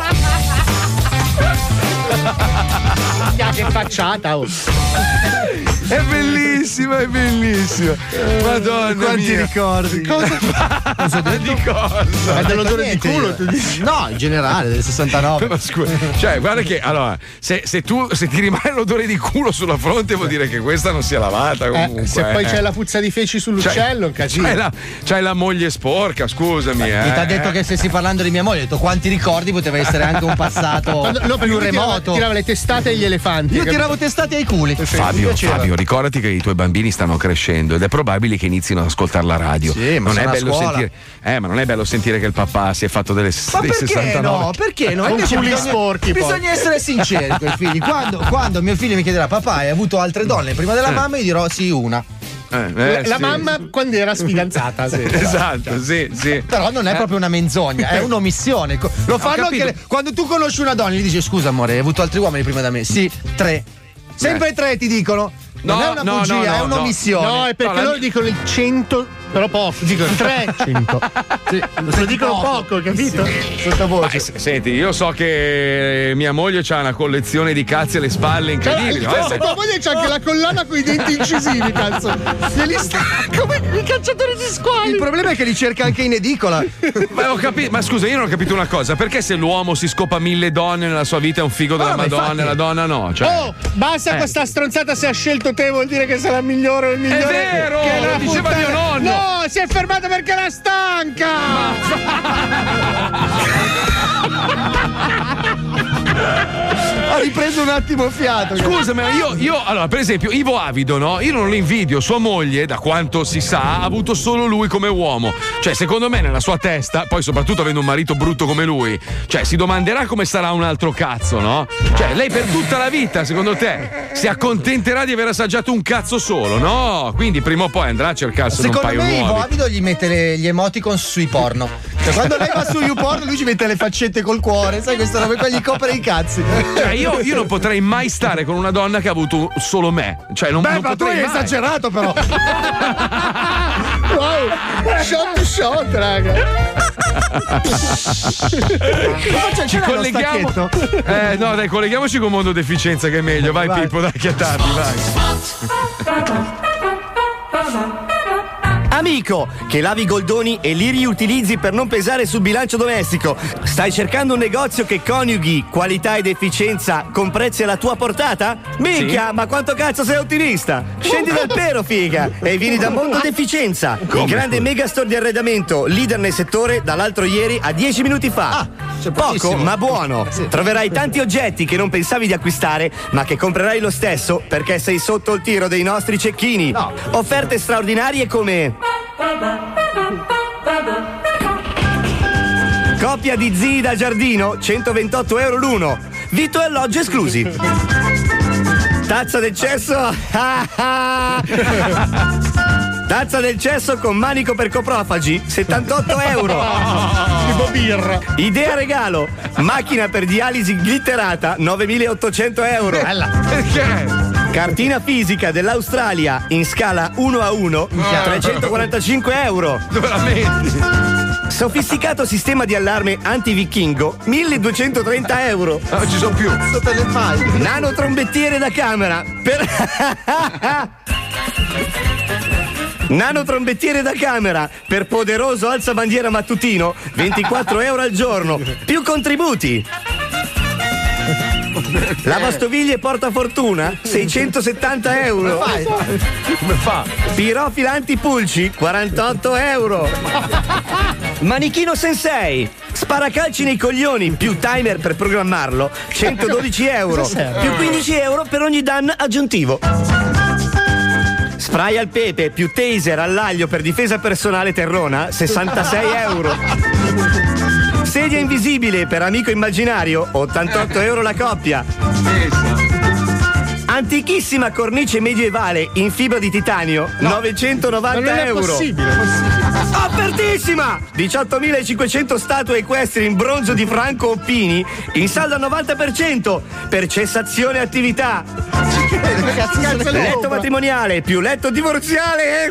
Che facciata, oh. È bellissima, è bellissima. Madonna quanti mia. ricordi. Cosa di cosa? Ma dell'odore di culo tu dici? No, in generale del 69. Ma scusa, cioè guarda che allora se ti rimane l'odore di culo sulla fronte vuol dire che questa non sia lavata comunque. Se poi c'è la puzza di feci sull'uccello, un casino. C'hai la moglie sporca, scusami. Mi t'ha detto che stessi parlando di mia moglie, ho detto quanti ricordi, poteva essere anche un passato più remoto. Tirava le testate agli elefanti. Io tiravo testate ai culi. Fabio, ricordati che i tuoi bambini stanno crescendo ed è probabile che inizino ad ascoltare la radio. Sì, ma non è bello sentire. Ma non è bello sentire che il papà si è fatto dei 69. No, perché no? Bisogna essere sinceri con i figli. Quando mio figlio mi chiederà: papà, hai avuto altre donne prima della mamma? Io dirò sì, una. La mamma quando era sfidanzata. Sì. Esatto, sì. Però non è proprio una menzogna, è un'omissione. Lo fanno anche quando tu conosci una donna e gli dici: scusa amore, hai avuto altri uomini prima da me? Sì, 3. Sempre 3 ti dicono. Non è una bugia, è un'omissione. No, è perché loro dicono il 100. Però poco, dicono 300. Sì, lo dicono poco, capito? Sottovoce. Senti, io so che mia moglie ha una collezione di cazzi alle spalle incredibile. Tua moglie c'ha anche la collana con i denti incisivi, cazzo. Glieli sta come i cacciatori di squali. Il problema è che li cerca anche in edicola. Ma scusa, io non ho capito una cosa. Perché se l'uomo si scopa 1000 donne nella sua vita è un figo della Madonna e la donna no? Cioè, basta questa stronzata, se ha scelto te vuol dire che sarà il migliore o il migliore. È vero, lo diceva mio nonno. No, si è fermato perché era stanca. Ha ripreso un attimo fiato. Scusami, io allora, per esempio, Ivo Avido, no? Io non lo invidio. Sua moglie, da quanto si sa, ha avuto solo lui come uomo. Cioè, secondo me, nella sua testa, poi soprattutto avendo un marito brutto come lui, cioè, si domanderà come sarà un altro cazzo, no? Cioè, lei per tutta la vita, secondo te, si accontenterà di aver assaggiato un cazzo solo, no? Quindi prima o poi andrà a cercarsi un paio nuovi. Secondo me Ivo Avido gli mette gli emoticon sui porno. Cioè, quando lei va su YouPorn lui ci mette le faccette col cuore, sai, questa roba qua gli copre i cazzi. Cioè, io non potrei mai stare con una donna che ha avuto solo me. Cioè, non ma potrei tu hai mai. esagerato, però. Wow, shot, raga. Ci colleghiamo. No, dai, colleghiamoci con Mondo Deficienza che è meglio. Vai. Pippo, dai, che tardi, vai. Amico, che lavi i goldoni e li riutilizzi per non pesare sul bilancio domestico. Stai cercando un negozio che coniughi qualità ed efficienza con prezzi alla tua portata? Minchia, sì. Ma quanto cazzo sei ottimista? Scendi dal pero, figa, e vieni da Mondo Deficienza, il grande megastore di arredamento, leader nel settore dall'altro ieri a 10 minuti fa. Poco, ma buono. Troverai tanti oggetti che non pensavi di acquistare, ma che comprerai lo stesso perché sei sotto il tiro dei nostri cecchini. No. Offerte straordinarie come coppia di zii da giardino, 128 euro l'uno. Vitto e alloggio esclusi. Tazza del cesso. Tazza del cesso con manico per coprofagi, 78 euro. Tipo birra. Idea regalo. Macchina per dialisi glitterata, 9.800 euro. Perché? Cartina fisica dell'Australia in scala 1:1, 345 euro. Dove la metti? Sofisticato sistema di allarme anti-vichingo, 1.230 euro. Non ci sono più. Sotto le fai. Nano trombettiere da camera per Nano trombettiere da camera per poderoso alzabandiera mattutino, 24 euro al giorno, più contributi. Lavastoviglie portafortuna, 670 euro. Come fa? Pirofila antipulci, 48 euro. Manichino Sensei, sparacalci nei coglioni, più timer per programmarlo, 112 euro, più 15 euro per ogni dan aggiuntivo. Spray al pepe più taser all'aglio per difesa personale Terrona, 66 euro. Sedia invisibile per amico immaginario, 88 euro la coppia. Antichissima cornice medievale in fibra di titanio, 990 euro. Possibile. Apertissima! 18.500 statue equestri in bronzo di Franco Oppini, in saldo al 90% per cessazione attività. Letto matrimoniale più letto divorziale.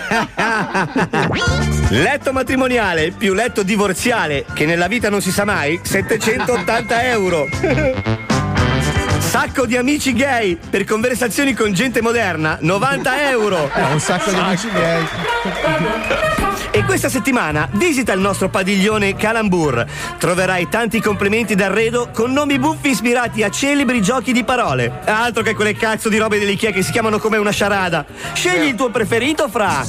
Letto matrimoniale più letto divorziale, che nella vita non si sa mai, 780 euro. Sacco di amici gay per conversazioni con gente moderna, 90 euro. Un sacco di amici gay. E questa settimana visita il nostro padiglione Calambur. Troverai tanti complementi d'arredo con nomi buffi ispirati a celebri giochi di parole. Altro che quelle cazzo di robe dell'Ikea che si chiamano come una sciarada. Scegli il tuo preferito fra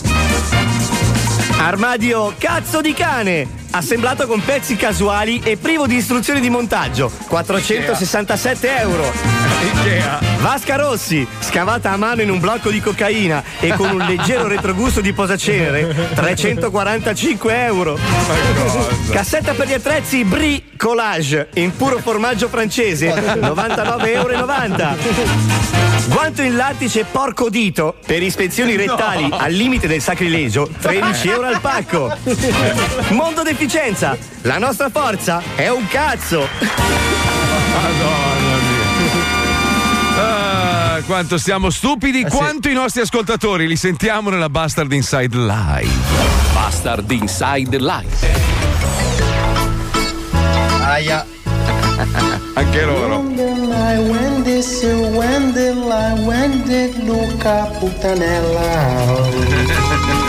armadio cazzo di cane, assemblato con pezzi casuali e privo di istruzioni di montaggio, 467 euro. Vasca Rossi, scavata a mano in un blocco di cocaina e con un leggero retrogusto di posacenere, 345 euro. Cassetta per gli attrezzi Brie Collage in puro formaggio francese, 99,90 euro. Guanto in lattice porco dito per ispezioni rettali al limite del sacrilegio, 13 euro al pacco. Mondo Deficienza, la nostra forza è un cazzo. Madonna mia. Quanto siamo stupidi, quanto i nostri ascoltatori li sentiamo nella Bastard Inside Live. Bastard Inside Live. Aia. Anche loro. Luca puttanella.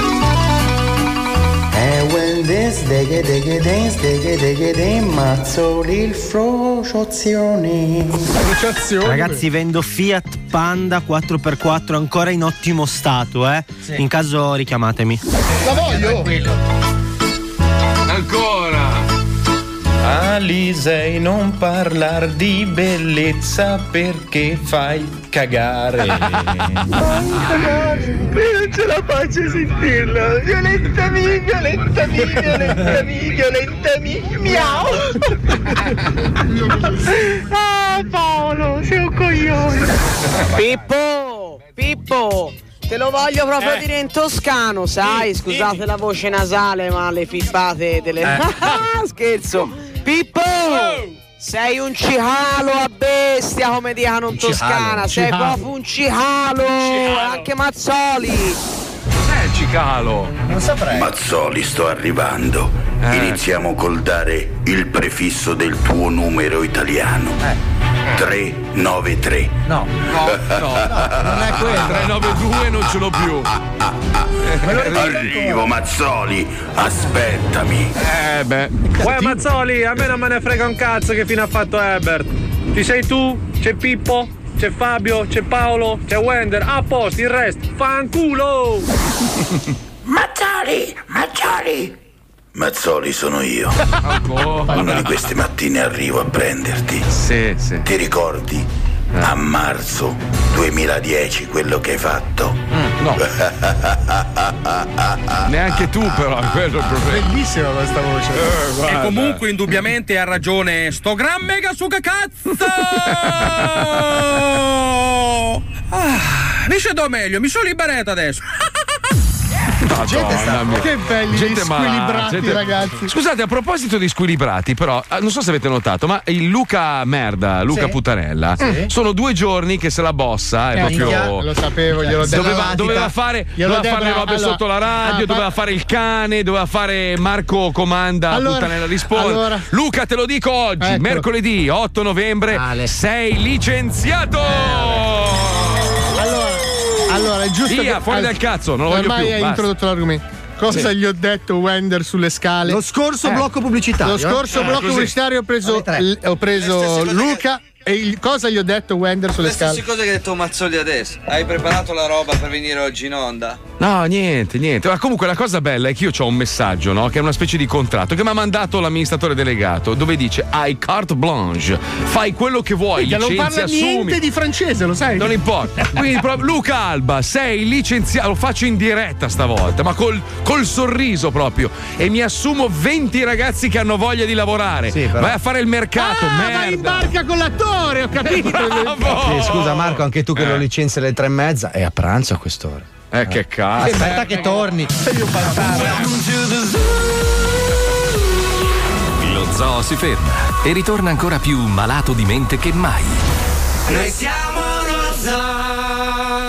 E when this deghe mazzoli il frociazioni. Ragazzi, vendo Fiat Panda 4x4 ancora in ottimo stato, Sì. In caso richiamatemi. La voglio! Ancora! Alisei, non parlar di bellezza perché fai cagare. Non ce la faccio a sentirlo. Violentami, miau. Ah, Paolo, sei un coglione. Pippo, Te lo voglio proprio dire in toscano, sai? Scusate la voce nasale, ma le fibbate delle. Scherzo! Pippo! Sei un cicalo a bestia, come dicono in Toscana, sei proprio un cicalo! Anche Mazzoli! Cicalo. Non saprei. Mazzoli, sto arrivando. Iniziamo col dare il prefisso del tuo numero italiano. 393. No, non è quello. 392 non ce l'ho più. Arrivo, Mazzoli, aspettami. Uè Mazzoli, a me non me ne frega un cazzo che fine ha fatto Herbert. Ci sei tu? C'è Pippo? C'è Fabio? C'è Paolo? C'è Wender? A posto, il resto, fanculo! Mazzoli! Mazzoli sono io. Una di queste mattine arrivo a prenderti. Sì. Ti ricordi? A marzo 2010 quello che hai fatto? No. Neanche tu però, quello è il problema. Bellissima questa voce. E comunque indubbiamente ha ragione sto gran mega suga cazzo. Mi cedo meglio, mi sono liberato adesso. Che belli gente squilibrati, ragazzi. Scusate, a proposito di squilibrati, però, non so se avete notato, ma il Luca Puttanella, sono 2 giorni che se la bossa. È proprio. Lo sapevo, glielo doveva fare le robe sotto la radio, doveva fare il cane, doveva fare Marco comanda, Puttanella risponde. Luca, te lo dico oggi, mercoledì 8 novembre, sei licenziato! Allora, è giusto via, fuori dal cazzo, non lo voglio più. Ormai hai introdotto l'argomento. Cosa gli ho detto Wender sulle scale? Lo scorso blocco pubblicitario. Lo scorso blocco pubblicitario ho preso Luca. E cosa gli ho detto Wender sulle scale? Le stesse cose che ha detto Mazzoli adesso. Hai preparato la roba per venire oggi in onda? No, niente. Ma comunque la cosa bella è che io ho un messaggio, no? Che è una specie di contratto che mi ha mandato l'amministratore delegato, dove dice: hai carte blanche, fai quello che vuoi, licenzi, non parla assumi. niente di francese, lo sai? Non importa. Quindi Luca Alba, sei licenziato, lo faccio in diretta stavolta, ma col sorriso proprio. E mi assumo 20 ragazzi che hanno voglia di lavorare. Vai a fare il mercato, merda. Vai in barca con l'attore, ho capito. Sì, scusa Marco, anche tu che lo licenzi alle 3:30 è a pranzo a quest'ora. Che cazzo. Aspetta che torni. Lo zoo si ferma e ritorna ancora più malato di mente che mai. Noi siamo lo zoo.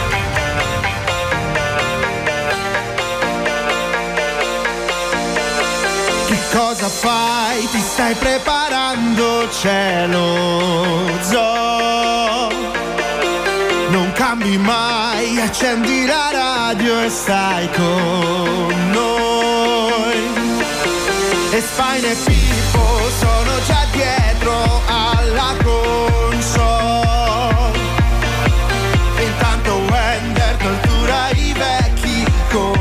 Che cosa fai? Ti stai preparando? C'è lo zoo. Non cambi mai, accendi la radio e stai con noi. E Spine e Pippo sono già dietro alla console. E intanto Wender tortura i vecchi con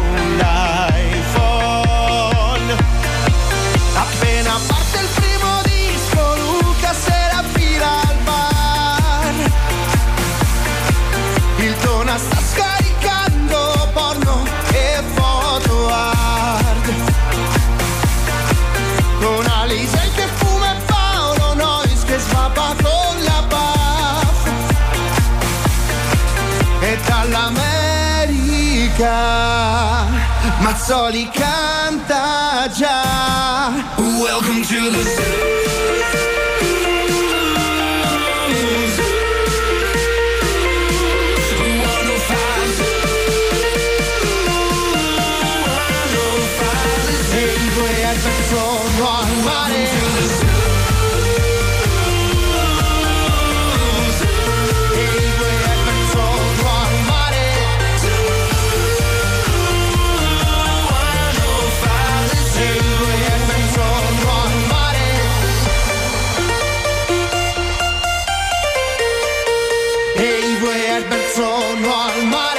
l'iPhone. Appena parte il primo disco, Luca se la fila al bar. Il Dona sta scaricando porno e foto hard. Con Alisei che fuma e Paolo Nois che svappa con la baffa. E dall'America Mazzoli canta già. Welcome to the zoo. Sono al mare. E i due sono al mare. E i due sono al mare. E i due sono al mare.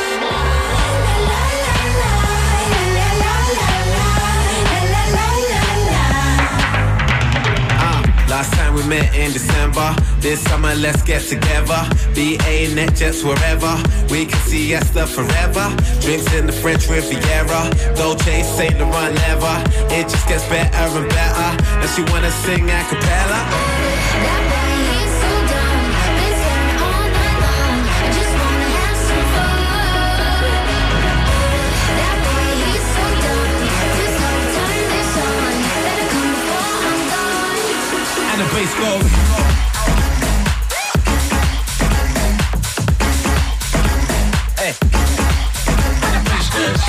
Last time we met in December. This summer let's get together. BA, NetJets, wherever. We can siesta forever. Drinks in the French Riviera. Dolce, Saint Laurent leather. It just gets better and better. And she wanna sing a cappella. bass goes. Hey. And the bass goes.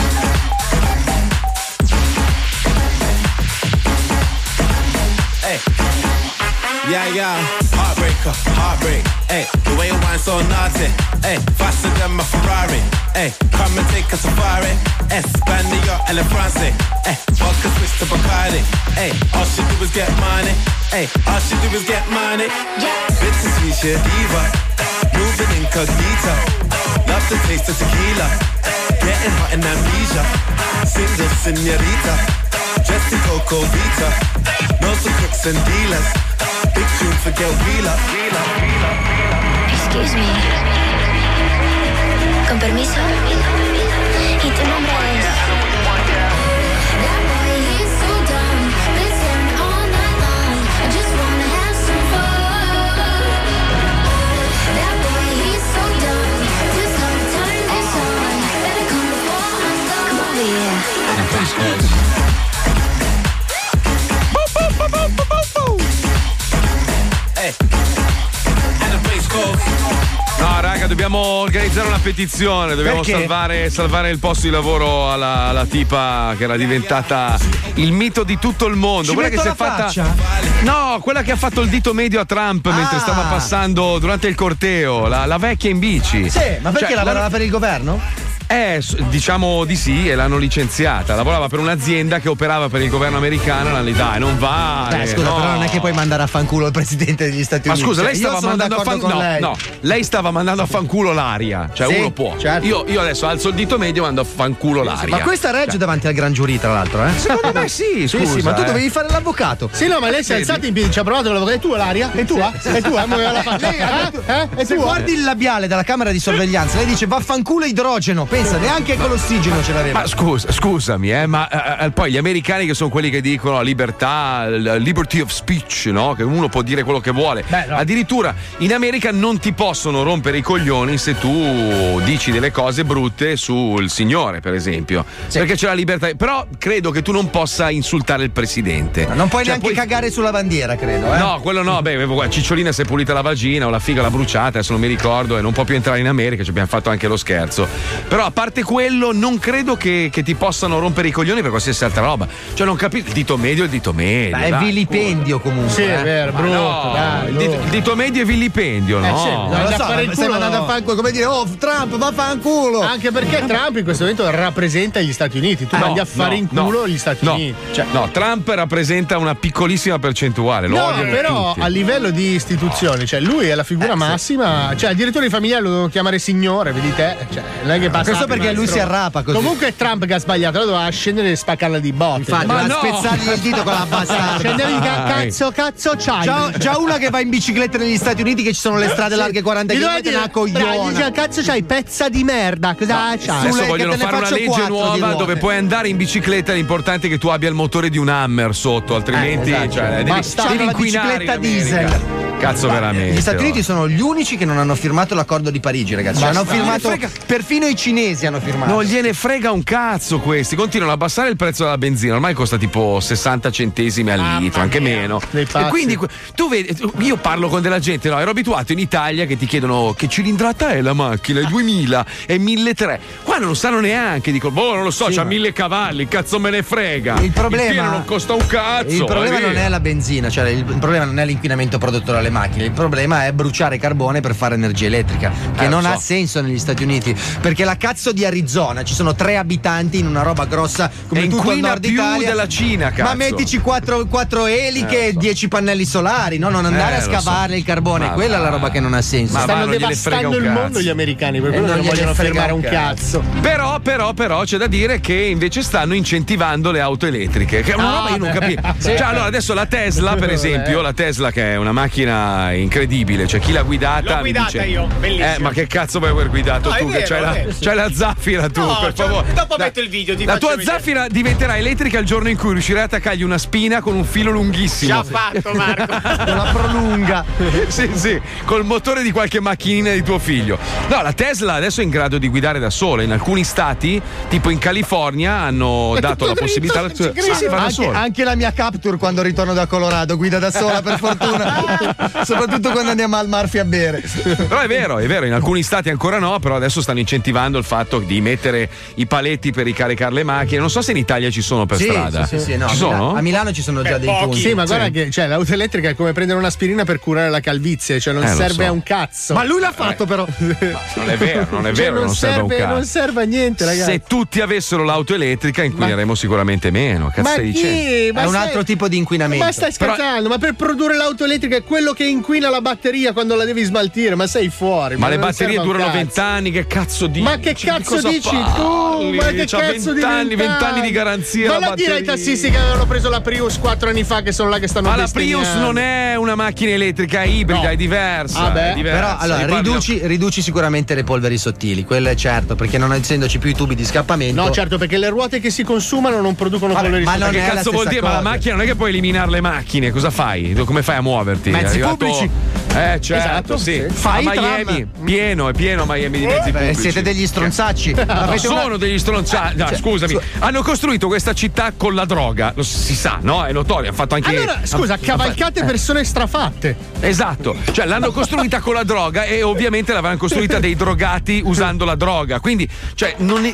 Hey. Yeah. Heartbreaker, heartbreak. Hey, the way you whine so naughty. Hey, faster than my Ferrari. Hey, come and take a safari. Espanol, Elle France. Hey, vodka switch to Bacardi. Hey, all she do is get money. Hey, all she do is get money. Bittersweet, she a diva. Moving incognito. Love the taste of tequila. Getting hot in amnesia. Single señorita. Dressed in Coco Vita. Knows the crooks and dealers. Big tune for Gail Wheeler. Excuse me. Con permiso. ¿Y tu nombre es? That boy, he's so dumb. Been staring all night long. I just wanna have some fun. That boy, he's so dumb. Just don't turn this on. Better come before I'm gone. Come over here. No, raga, dobbiamo organizzare una petizione. Dobbiamo salvare il posto di lavoro alla tipa che era diventata il mito di tutto il mondo. Quella che si è fatta. No, quella che ha fatto il dito medio a Trump mentre stava passando durante il corteo. La vecchia in bici. Sì, ma perché lavorava per il governo? Diciamo di sì, e l'hanno licenziata. Lavorava per un'azienda che operava per il governo americano. L'hanno detto, dai, non vale. Scusa, però non è che puoi mandare a fanculo il presidente degli Stati Uniti. Ma scusa, lei stava mandando a fanculo. No, lei stava mandando a fanculo l'aria. Cioè, uno può. Certo. Io adesso alzo il dito medio e mando a fanculo l'aria. Ma questa regge davanti al gran giurì, tra l'altro, eh? Secondo me sì, scusa. Sì, ma tu dovevi fare l'avvocato. Sì, no, ma lei si è alzata in piedi, ci ha provato con l'avvocato. È tua l'aria? È tua? È tua? Muoveva la faccia. È Se tua? guardi il labiale dalla camera di sorveglianza, lei dice vaffanculo idrogeno. Pensa, neanche con l'ossigeno ce l'aveva. Ma scusami, ma poi gli americani che sono quelli che dicono libertà, liberty of speech, no? Che uno può dire quello che vuole. No. Addirittura in America non ti possono rompere i coglioni se tu dici delle cose brutte sul signore, per esempio. Sì. Perché c'è la libertà. Però credo che tu non possa insultare il presidente. Ma non puoi neanche cagare sulla bandiera, credo. No, quello no. Beh, Cicciolina si è pulita la vagina o la figa l'ha bruciata, adesso non mi ricordo, e non può più entrare in America, ci abbiamo fatto anche lo scherzo. Però a parte quello non credo che ti possano rompere i coglioni per qualsiasi altra roba. Cioè non capisco. Il dito medio. È vilipendio comunque. Sì, è vero, brutto. No, dai, il dito medio è vilipendio, no? Sì, non lo so, stai mandando a fanculo, come dire, Trump va a fanculo. Anche perché Trump in questo momento rappresenta gli Stati Uniti. Tu mandi a fare in culo gli Stati Uniti. Cioè, no, Trump rappresenta una piccolissima percentuale. Però tutti. A livello di istituzioni, cioè lui è la figura massima. Cioè, addirittura i familiari lo devono chiamare signore, vedi te? Cioè, non è che passa. Questo perché lui si arrapa così. Comunque è Trump che ha sbagliato, allora doveva scendere e spaccarla di botte. Infatti, doveva spezzargli il dito con la bastarda. Scendevi cazzo c'hai. Già una che va in bicicletta negli Stati Uniti, che ci sono le strade larghe 40 km, è una cogliona. Cazzo c'hai, pezza di merda. Cosa c'hai? Adesso vogliono fare una legge nuova dove puoi andare in bicicletta, l'importante è che tu abbia il motore di un Hammer sotto, altrimenti cioè, devi inquinare la bicicletta diesel. Cazzo, veramente. Gli Stati Uniti sono gli unici che non hanno firmato l'accordo di Parigi, ragazzi. Hanno firmato, perfino i cinesi hanno firmato. Non gliene frega un cazzo questi. Continuano a abbassare il prezzo della benzina. Ormai costa tipo 60 centesimi al litro, anche meno. E quindi tu vedi, io parlo con della gente, no? Ero abituato in Italia che ti chiedono che cilindrata è la macchina, è 2000, è 1300. Qua non lo sanno neanche. Dico, non lo so, c'ha 1000 cavalli, cazzo me ne frega. Il problema non costa un cazzo. Il problema non è la benzina, cioè il problema non è l'inquinamento prodotto dalle macchine, il problema è bruciare carbone per fare energia elettrica, che non ha senso negli Stati Uniti, perché la cazzo di Arizona ci sono 3 abitanti in una roba grossa come tutto il nord più Italia della Cina, cazzo. Ma mettici 4 eliche e 10 pannelli solari, no? Non andare a scavare il carbone, quella è la roba che non ha senso. Stanno devastando il mondo gli americani, per quello non vogliono fregare un cazzo. Però c'è da dire che invece stanno incentivando le auto elettriche, che è una roba io non capisco. Cioè, allora adesso la Tesla, per esempio, la Tesla che è una macchina incredibile, cioè chi l'ha guidata? L'ho guidata dice, io, bellissima. Ma che cazzo vuoi aver guidato tu? Vero, che c'hai la zaffira tu, per favore. Dopo metto il video. La tua zaffira diventerà elettrica il giorno in cui riuscirai a attaccargli una spina con un filo lunghissimo. Già fatto, Marco. La prolunga. Sì, col motore di qualche macchinina di tuo figlio. No, la Tesla adesso è in grado di guidare da sola. In alcuni stati, tipo in California, hanno dato la possibilità. Va da sola. Anche la mia Capture quando ritorno da Colorado guida da sola, per fortuna. Soprattutto quando andiamo al Murphy a bere. Però è vero, in alcuni stati ancora no, però adesso stanno incentivando il fatto di mettere i paletti per ricaricare le macchine. Non so se in Italia ci sono per strada. Sì, no, ci sono? A Milano ci sono già dei punti. Sì, ma guarda che l'auto elettrica è come prendere un'aspirina per curare la calvizie, cioè non serve a un cazzo. Ma lui l'ha fatto però. Non è vero, non serve a un cazzo. Non serve a niente, ragazzi. Se tutti avessero l'auto elettrica inquineremo sicuramente meno. Cazzo stai dicendo? È un altro tipo di inquinamento. Ma stai scherzando? Ma per produrre l'auto elettrica è quello che inquina la batteria quando la devi smaltire, ma sei fuori. Ma le batterie durano 20 anni, che cazzo dici? Ma che cazzo dici tu? Ma che cazzo di 20 anni di garanzia? Ma la dire ai tassisti che avevano preso la Prius 4 anni fa, che sono là che stanno bestemmiando. Ma la Prius non è una macchina elettrica, è ibrida, è diversa. Vabbè. È diversa. Però allora riduci sicuramente le polveri sottili, quello è certo, perché non essendoci più i tubi di scappamento. No, certo, perché le ruote che si consumano non producono polveri sottili. Ma che cazzo vuol dire? Ma la macchina non è che puoi eliminare le macchine, cosa fai? Come fai a muoverti? Mezzi pubblici. Certo, esatto, sì. Fai a Miami, è pieno Miami di mezzi pubblici. Siete degli stronzacci. Sono degli stronzacci. No, scusami. Hanno costruito questa città con la droga, si sa, no? È notorio, ha fatto anche. Allora, scusa, cavalcate persone strafatte. Esatto, cioè l'hanno costruita con la droga e ovviamente l'avranno costruita dei drogati usando la droga. Quindi, cioè,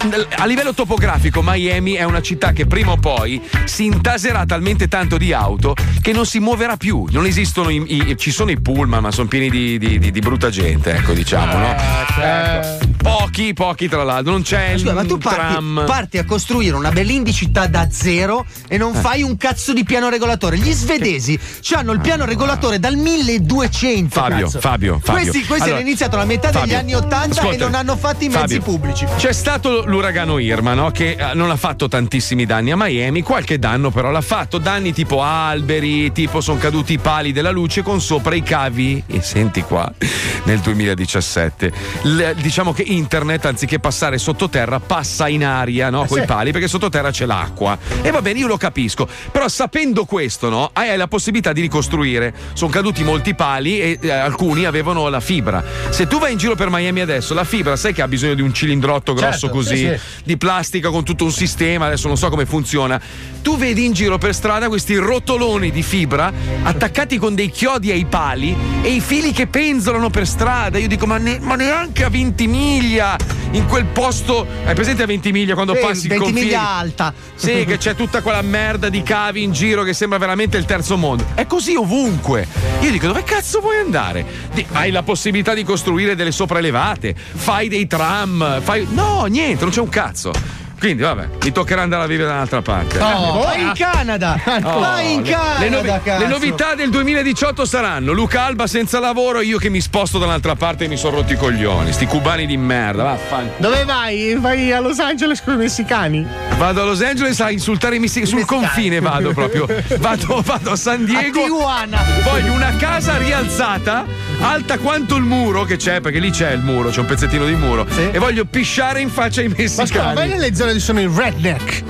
a livello topografico, Miami è una città che prima o poi si intaserà talmente tanto di auto che non si muoverà più. Non esistono ci sono i pullman, ma sono pieni di brutta gente, ecco, diciamo, no? Ecco. Pochi tra l'altro, non c'è ma tu parti a costruire una città da zero e non fai un cazzo di piano regolatore. Gli svedesi hanno il piano regolatore dal 1200. Fabio. Questi hanno iniziato alla metà degli anni 80 e non hanno fatto i mezzi pubblici. C'è stato l'uragano Irma, no? Che non ha fatto tantissimi danni a Miami, qualche danno però l'ha fatto, danni tipo alberi, tipo sono caduti i pali della luce con sopra i cavi, e senti qua, nel 2017 diciamo che internet, anziché passare sottoterra, passa in aria, no? Coi pali, perché sottoterra c'è l'acqua. E va bene, io lo capisco, però sapendo questo, no? Hai la possibilità di ricostruire. Sono caduti molti pali e alcuni avevano la fibra. Se tu vai in giro per Miami adesso, la fibra sai che ha bisogno di un cilindrotto grosso così, di plastica con tutto un sistema, adesso non so come funziona. Tu vedi in giro per strada questi rotoloni di fibra attaccati con dei chiodi ai pali e i fili che penzolano per strada. Io dico, ma neanche a Ventimiglia, in quel posto, hai presente a Ventimiglia quando passi il confine? Ventimiglia alta. Sì, che c'è tutta quella merda di cavi in giro che sembra veramente il terzo mondo. È così ovunque. Io dico, dove cazzo vuoi andare? Hai la possibilità di costruire delle sopraelevate, fai dei tram, no, niente, non c'è un cazzo. Quindi vabbè, mi toccherà andare a vivere da un'altra parte. Vai in Canada! Vai in Canada! Le novità del 2018 saranno Luca Alba senza lavoro e io che mi sposto dall'altra parte e mi sono rotti i coglioni. Sti cubani di merda, vaffanculo. Dove vai? Vai a Los Angeles con i messicani? Vado a Los Angeles a insultare i messicani. Sul confine vado proprio. Vado a San Diego. A Tijuana. Voglio una casa rialzata, alta quanto il muro che c'è, perché lì c'è il muro, c'è un pezzettino di muro. Sì. E voglio pisciare in faccia ai messicani. Ma vai nelle zone sono i redneck.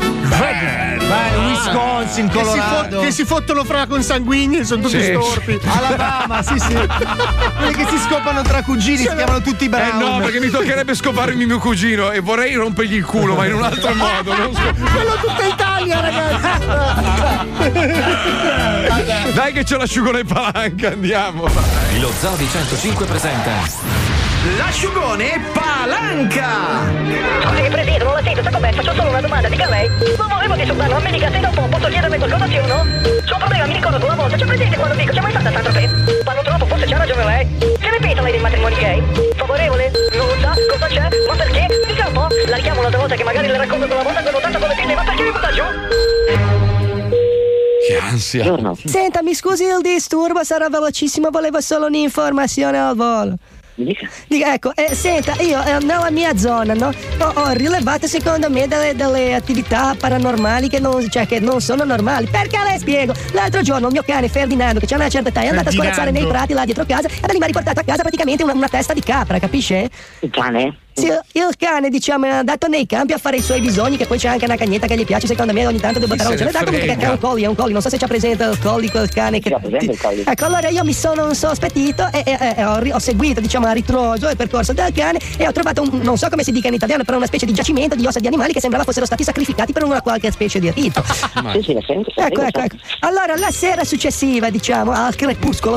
Wisconsin, Colorado. Che si fottono fra consanguigni, sono tutti storpi. Alabama, sì. Quelli che si scopano tra cugini, si chiamano tutti Brown. No, perché mi toccherebbe scoparmi mio cugino e vorrei rompergli il culo, ma in un altro modo. Quello tutta Italia, ragazzi. Dai che c'è l'asciugone palanca, andiamo. Lo Zoo di 105 presenta l'asciugone palanca. Scusi Presidente, non la sento, sa com'è? Faccio solo una domanda, dica lei. Non volevo disturbarlo, ma mi dica se dopo posso chiederle qualcosa sì o no? C'è un problema, mi ricordo una volta, c'è presente quando dico, c'è mai stata Saint-Tropez? Parlo troppo, forse c'ha ragione lei. Che ne pensa lei dei matrimoni gay? Favorevole? Non sa? Cosa c'è? Ma perché? Dica un po'. La richiamo un'altra volta che magari le racconto quella volta che ho notato con le pinne, ma perché mi butta giù? Che ansia. Senta, mi scusi il disturbo, sarà velocissimo, volevo solo un'informazione al volo. Dica, ecco, senta, io nella mia zona, no, ho rilevato secondo me delle attività paranormali che non sono normali. Perché le spiego? L'altro giorno il mio cane Ferdinando, che c'ha una certa età, è andato a scorazzare nei prati là dietro casa e da lì mi ha riportato a casa praticamente una testa di capra, capisce? Il cane? Sì, il cane, diciamo, è andato nei campi a fare i suoi bisogni, che poi c'è anche una cagnetta che gli piace, secondo me ogni tanto devo buttare un da comunque che è un collie, non so se c'è presente il collie, quel cane che... Ecco, allora io mi sono insospettito e ho seguito, diciamo, a ritroso il percorso del cane e ho trovato non so come si dica in italiano, però una specie di giacimento di ossa di animali che sembrava fossero stati sacrificati per una qualche specie di rito. Ecco. Allora, la sera successiva, diciamo, al crepuscolo,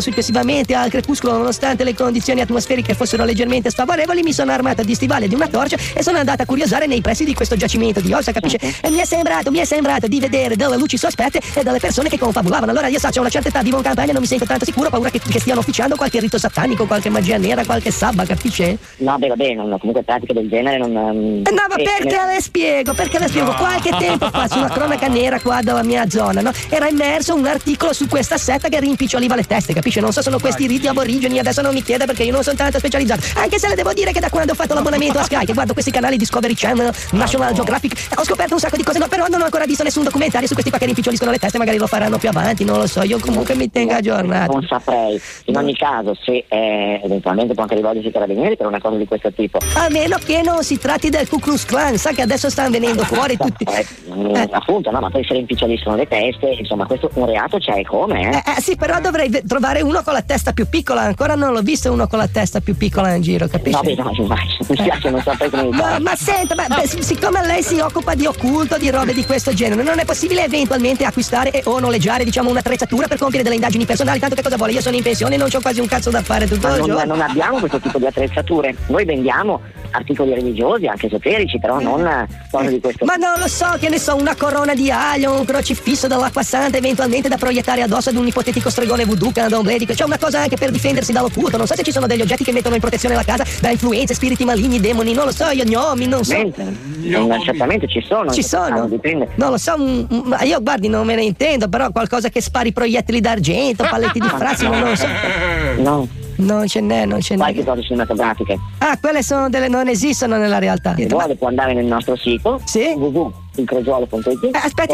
nonostante le condizioni atmosferiche fossero leggermente sfavorevoli, mi sono armato di stivali di una torcia e sono andato a curiosare nei pressi di questo giacimento di ossa, capisce? E mi è sembrato di vedere delle luci sospette e delle persone che confabulavano. Allora io c'ho una certa età, vivo in campagna, non mi sento tanto sicuro, ho paura che stiano officiando qualche rito satanico, qualche magia nera, qualche sabba, capisce? No, vabbè, comunque pratiche del genere non... No, ma perché le spiego? Qualche tempo fa, su una cronaca nera qua della mia zona, no? Era immerso un articolo su questa setta che rimpiccioliva le teste, capisce? Non so, sono questi riti aborigeni, adesso non mi chiede perché io non sono tanto specializzato. Anche se le devo dire che da quando ho fatto l'abbonamento a Sky, che guardo questi canali Discovery Channel, National Geographic, ho scoperto un sacco di cose, no, però non ho ancora visto nessun documentario su questi qua che rimpiccioliscono le teste, magari lo faranno più avanti, non lo so, io comunque mi tengo aggiornato. Non saprei, in ogni caso, se eventualmente può anche rivolgersi ai carabinieri per una cosa di questo tipo. A meno che non si tratti del Ku Klux Klan, sa che adesso stanno venendo fuori tutti. Appunto, no, ma poi se rimpiccioliscono le teste, insomma, questo un reato c'è come, sì, però dovrei trovare uno con la testa più piccola, ancora non l'ho visto uno con la testa più piccola in giro, capisci? No, mi spiace, non saprei come fare. Ma senta, siccome lei si occupa di occulto, di robe di questo genere, non è possibile eventualmente acquistare o noleggiare, diciamo, un'attrezzatura per compiere delle indagini personali? Tanto che cosa vuole? Io sono in pensione e non c'ho quasi un cazzo da fare tutto il giorno. Non abbiamo questo tipo di attrezzature. Noi vendiamo articoli religiosi, anche esoterici, però non cose di questo. Ma non lo so, che ne so, una corona di aglio, un crocifisso dell'acqua santa, eventualmente da proiettare addosso ad un ipotetico stregone voodoo che anda obledico. C'è una cosa anche per difendersi dall'occulto. Non so se ci sono degli oggetti che mettono in protezione la casa da influenze, spiriti maligni, demoni, non lo so, io gnomi, non so. Certamente ci sono. Ci sono? Dipende. Non lo so, io guardi, non me ne intendo, però qualcosa che spari proiettili d'argento, palletti di frazione, non lo so. No. Non ce n'è. Qualche cose cinematografiche. Quelle sono non esistono nella realtà. Se vuole può andare nel nostro sito www.incrogiolo.it.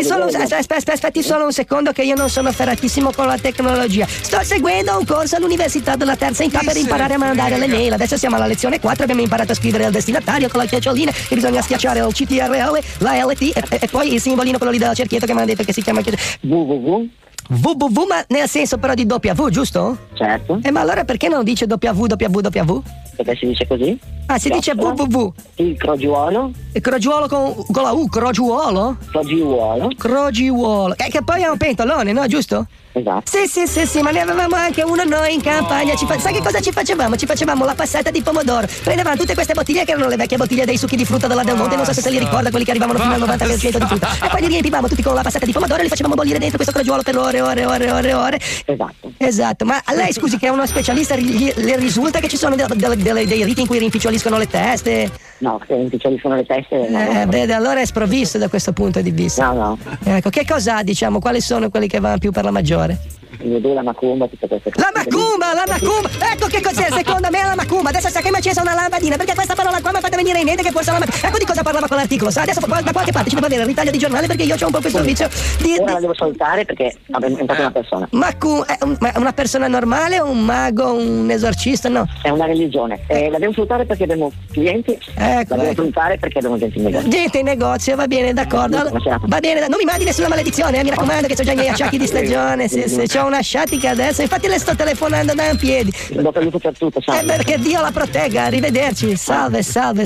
Aspetti solo un secondo che io non sono ferratissimo con la tecnologia. Sto seguendo un corso all'Università della Terza Età per imparare a mandare le mail. Adesso siamo alla lezione 4, abbiamo imparato a scrivere il destinatario con la chiocciolina e bisogna schiacciare il CTRL, la LT e poi il simbolino quello lì della cerchietto che mi hanno detto che si chiama www, ma nel senso però di W, giusto? Certo. Ma allora perché non dice www? Perché si dice così? Si dice www. Il crogiuolo. Il crogiuolo con la U, crogiuolo? Crogiuolo. Che poi è un pentolone, no? Giusto? Esatto. Sì, ma ne avevamo anche uno noi in campagna. Sai che cosa ci facevamo? Ci facevamo la passata di pomodoro. Prendevamo tutte queste bottiglie che erano le vecchie bottiglie dei succhi di frutta della Del Monte, non so se li ricorda, quelli che arrivavano fino al 90% di frutta. E poi li riempivamo tutti con la passata di pomodoro e li facevamo bollire dentro questo crogiuolo per ore. Esatto. Ma a lei, scusi, che è uno specialista, le risulta che ci sono dei riti in cui rimpiccioliscono le teste? No, se rimpiccioliscono le teste no. Vede, allora è sprovvisto da questo punto di vista. No. Ecco, che cosa ha, diciamo, quali sono quelli che vanno più per la maggiore? La macumba, tutte queste cose. La macumba! Ecco che cos'è, secondo me, la macumba. Adesso sa che mi ha acceso una lampadina, perché questa parola qua mi ha fatto venire in mente che forse la macumba. Ecco di cosa parlava quell'articolo, sa? Adesso da qualche parte ci può avere il ritaglio di giornale, perché io ho un po' questo vizio di... Ora la devo salutare perché è entrata una persona. Una persona normale, un mago, un esorcista, no? È una religione. La devo salutare perché abbiamo clienti. La devo salutare perché abbiamo gente in negozio. Gente in negozio, va bene, d'accordo. Va bene, non mi mandi nessuna maledizione, mi raccomando, che ho già i miei acciacchi di stagione. Se c'ho una sciatica adesso, infatti le sto telefonando da un piedi. Dopo aiuto per tutto, salve. Perché Dio la protegga, arrivederci. Salve.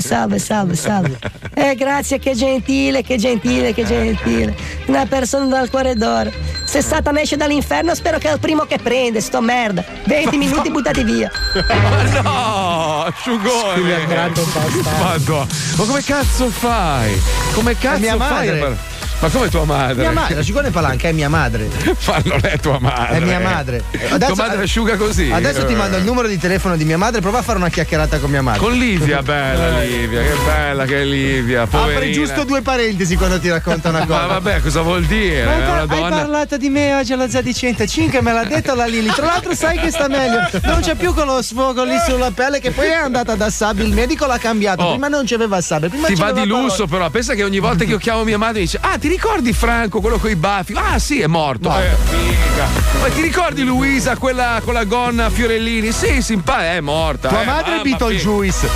Grazie, che gentile. Una persona dal cuore d'oro. Se Satana esce dall'inferno, spero che è il primo che prende, sto merda. 20 minuti buttati via. No, asciugone. Madonna. Ma come cazzo fai? Mia madre. Ma come tua madre? Mia madre, la Cicone Palanca è mia madre. Ma non è tua madre. È mia madre. Tua madre asciuga così. Adesso ti mando il numero di telefono di mia madre, prova a fare una chiacchierata con mia madre. Con Livia, bella Livia, che bella che è Livia. Poverina. Apre giusto 2 parentesi quando ti racconta una cosa. Ma vabbè, cosa vuol dire? Ma una hai donna... parlato di me oggi alla Zadi 105, me l'ha detto la Lili. Tra l'altro sai che sta meglio. Non c'è più quello sfogo lì sulla pelle, che poi è andata da Sabbi. Il medico l'ha cambiato. Prima non c'aveva Sabbi. Ti va di lusso, però. Pensa che ogni volta che io chiamo mia madre dice: ti ti ricordi Franco, quello con i baffi? Ah sì, è morto. Figa. Ma ti ricordi Luisa, quella con la gonna Fiorellini? Sì, è morta. Tua madre è Beetlejuice.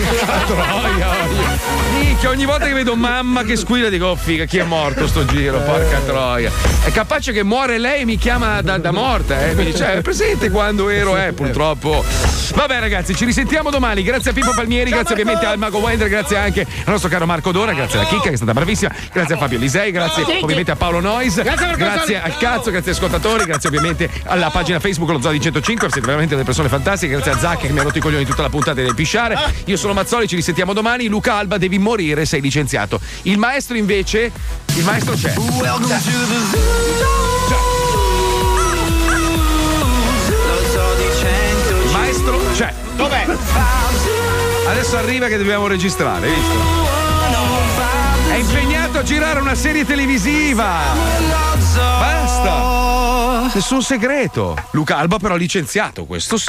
Minchia, ogni volta che vedo mamma che squilla dico, oh figa, chi è morto sto giro? Porca troia. È capace che muore lei e mi chiama da morta, mi dice, è presente quando ero, purtroppo. Vabbè ragazzi, ci risentiamo domani. Grazie a Pippo Palmieri, grazie ovviamente al Mago Wender, grazie anche al nostro caro Marco Dora, grazie alla Chicca che è stata bravissima, grazie a Fabio Lisei, grazie ovviamente a Paolo Nois, grazie al cazzo, grazie agli ascoltatori, grazie ovviamente alla pagina Facebook Lo Zoo di 105, siete veramente delle persone fantastiche, grazie a Zacca che mi ha rotto i coglioni tutta la puntata del pisciare. Io sono Mazzoli, ci risentiamo domani. Luca Alba, devi morire, sei licenziato. Il maestro invece, il maestro c'è. Il maestro c'è. Dov'è? Adesso arriva che dobbiamo registrare, hai visto? È impegnato a girare una serie televisiva. Basta. Nessun segreto. Luca Alba però licenziato, questo sì.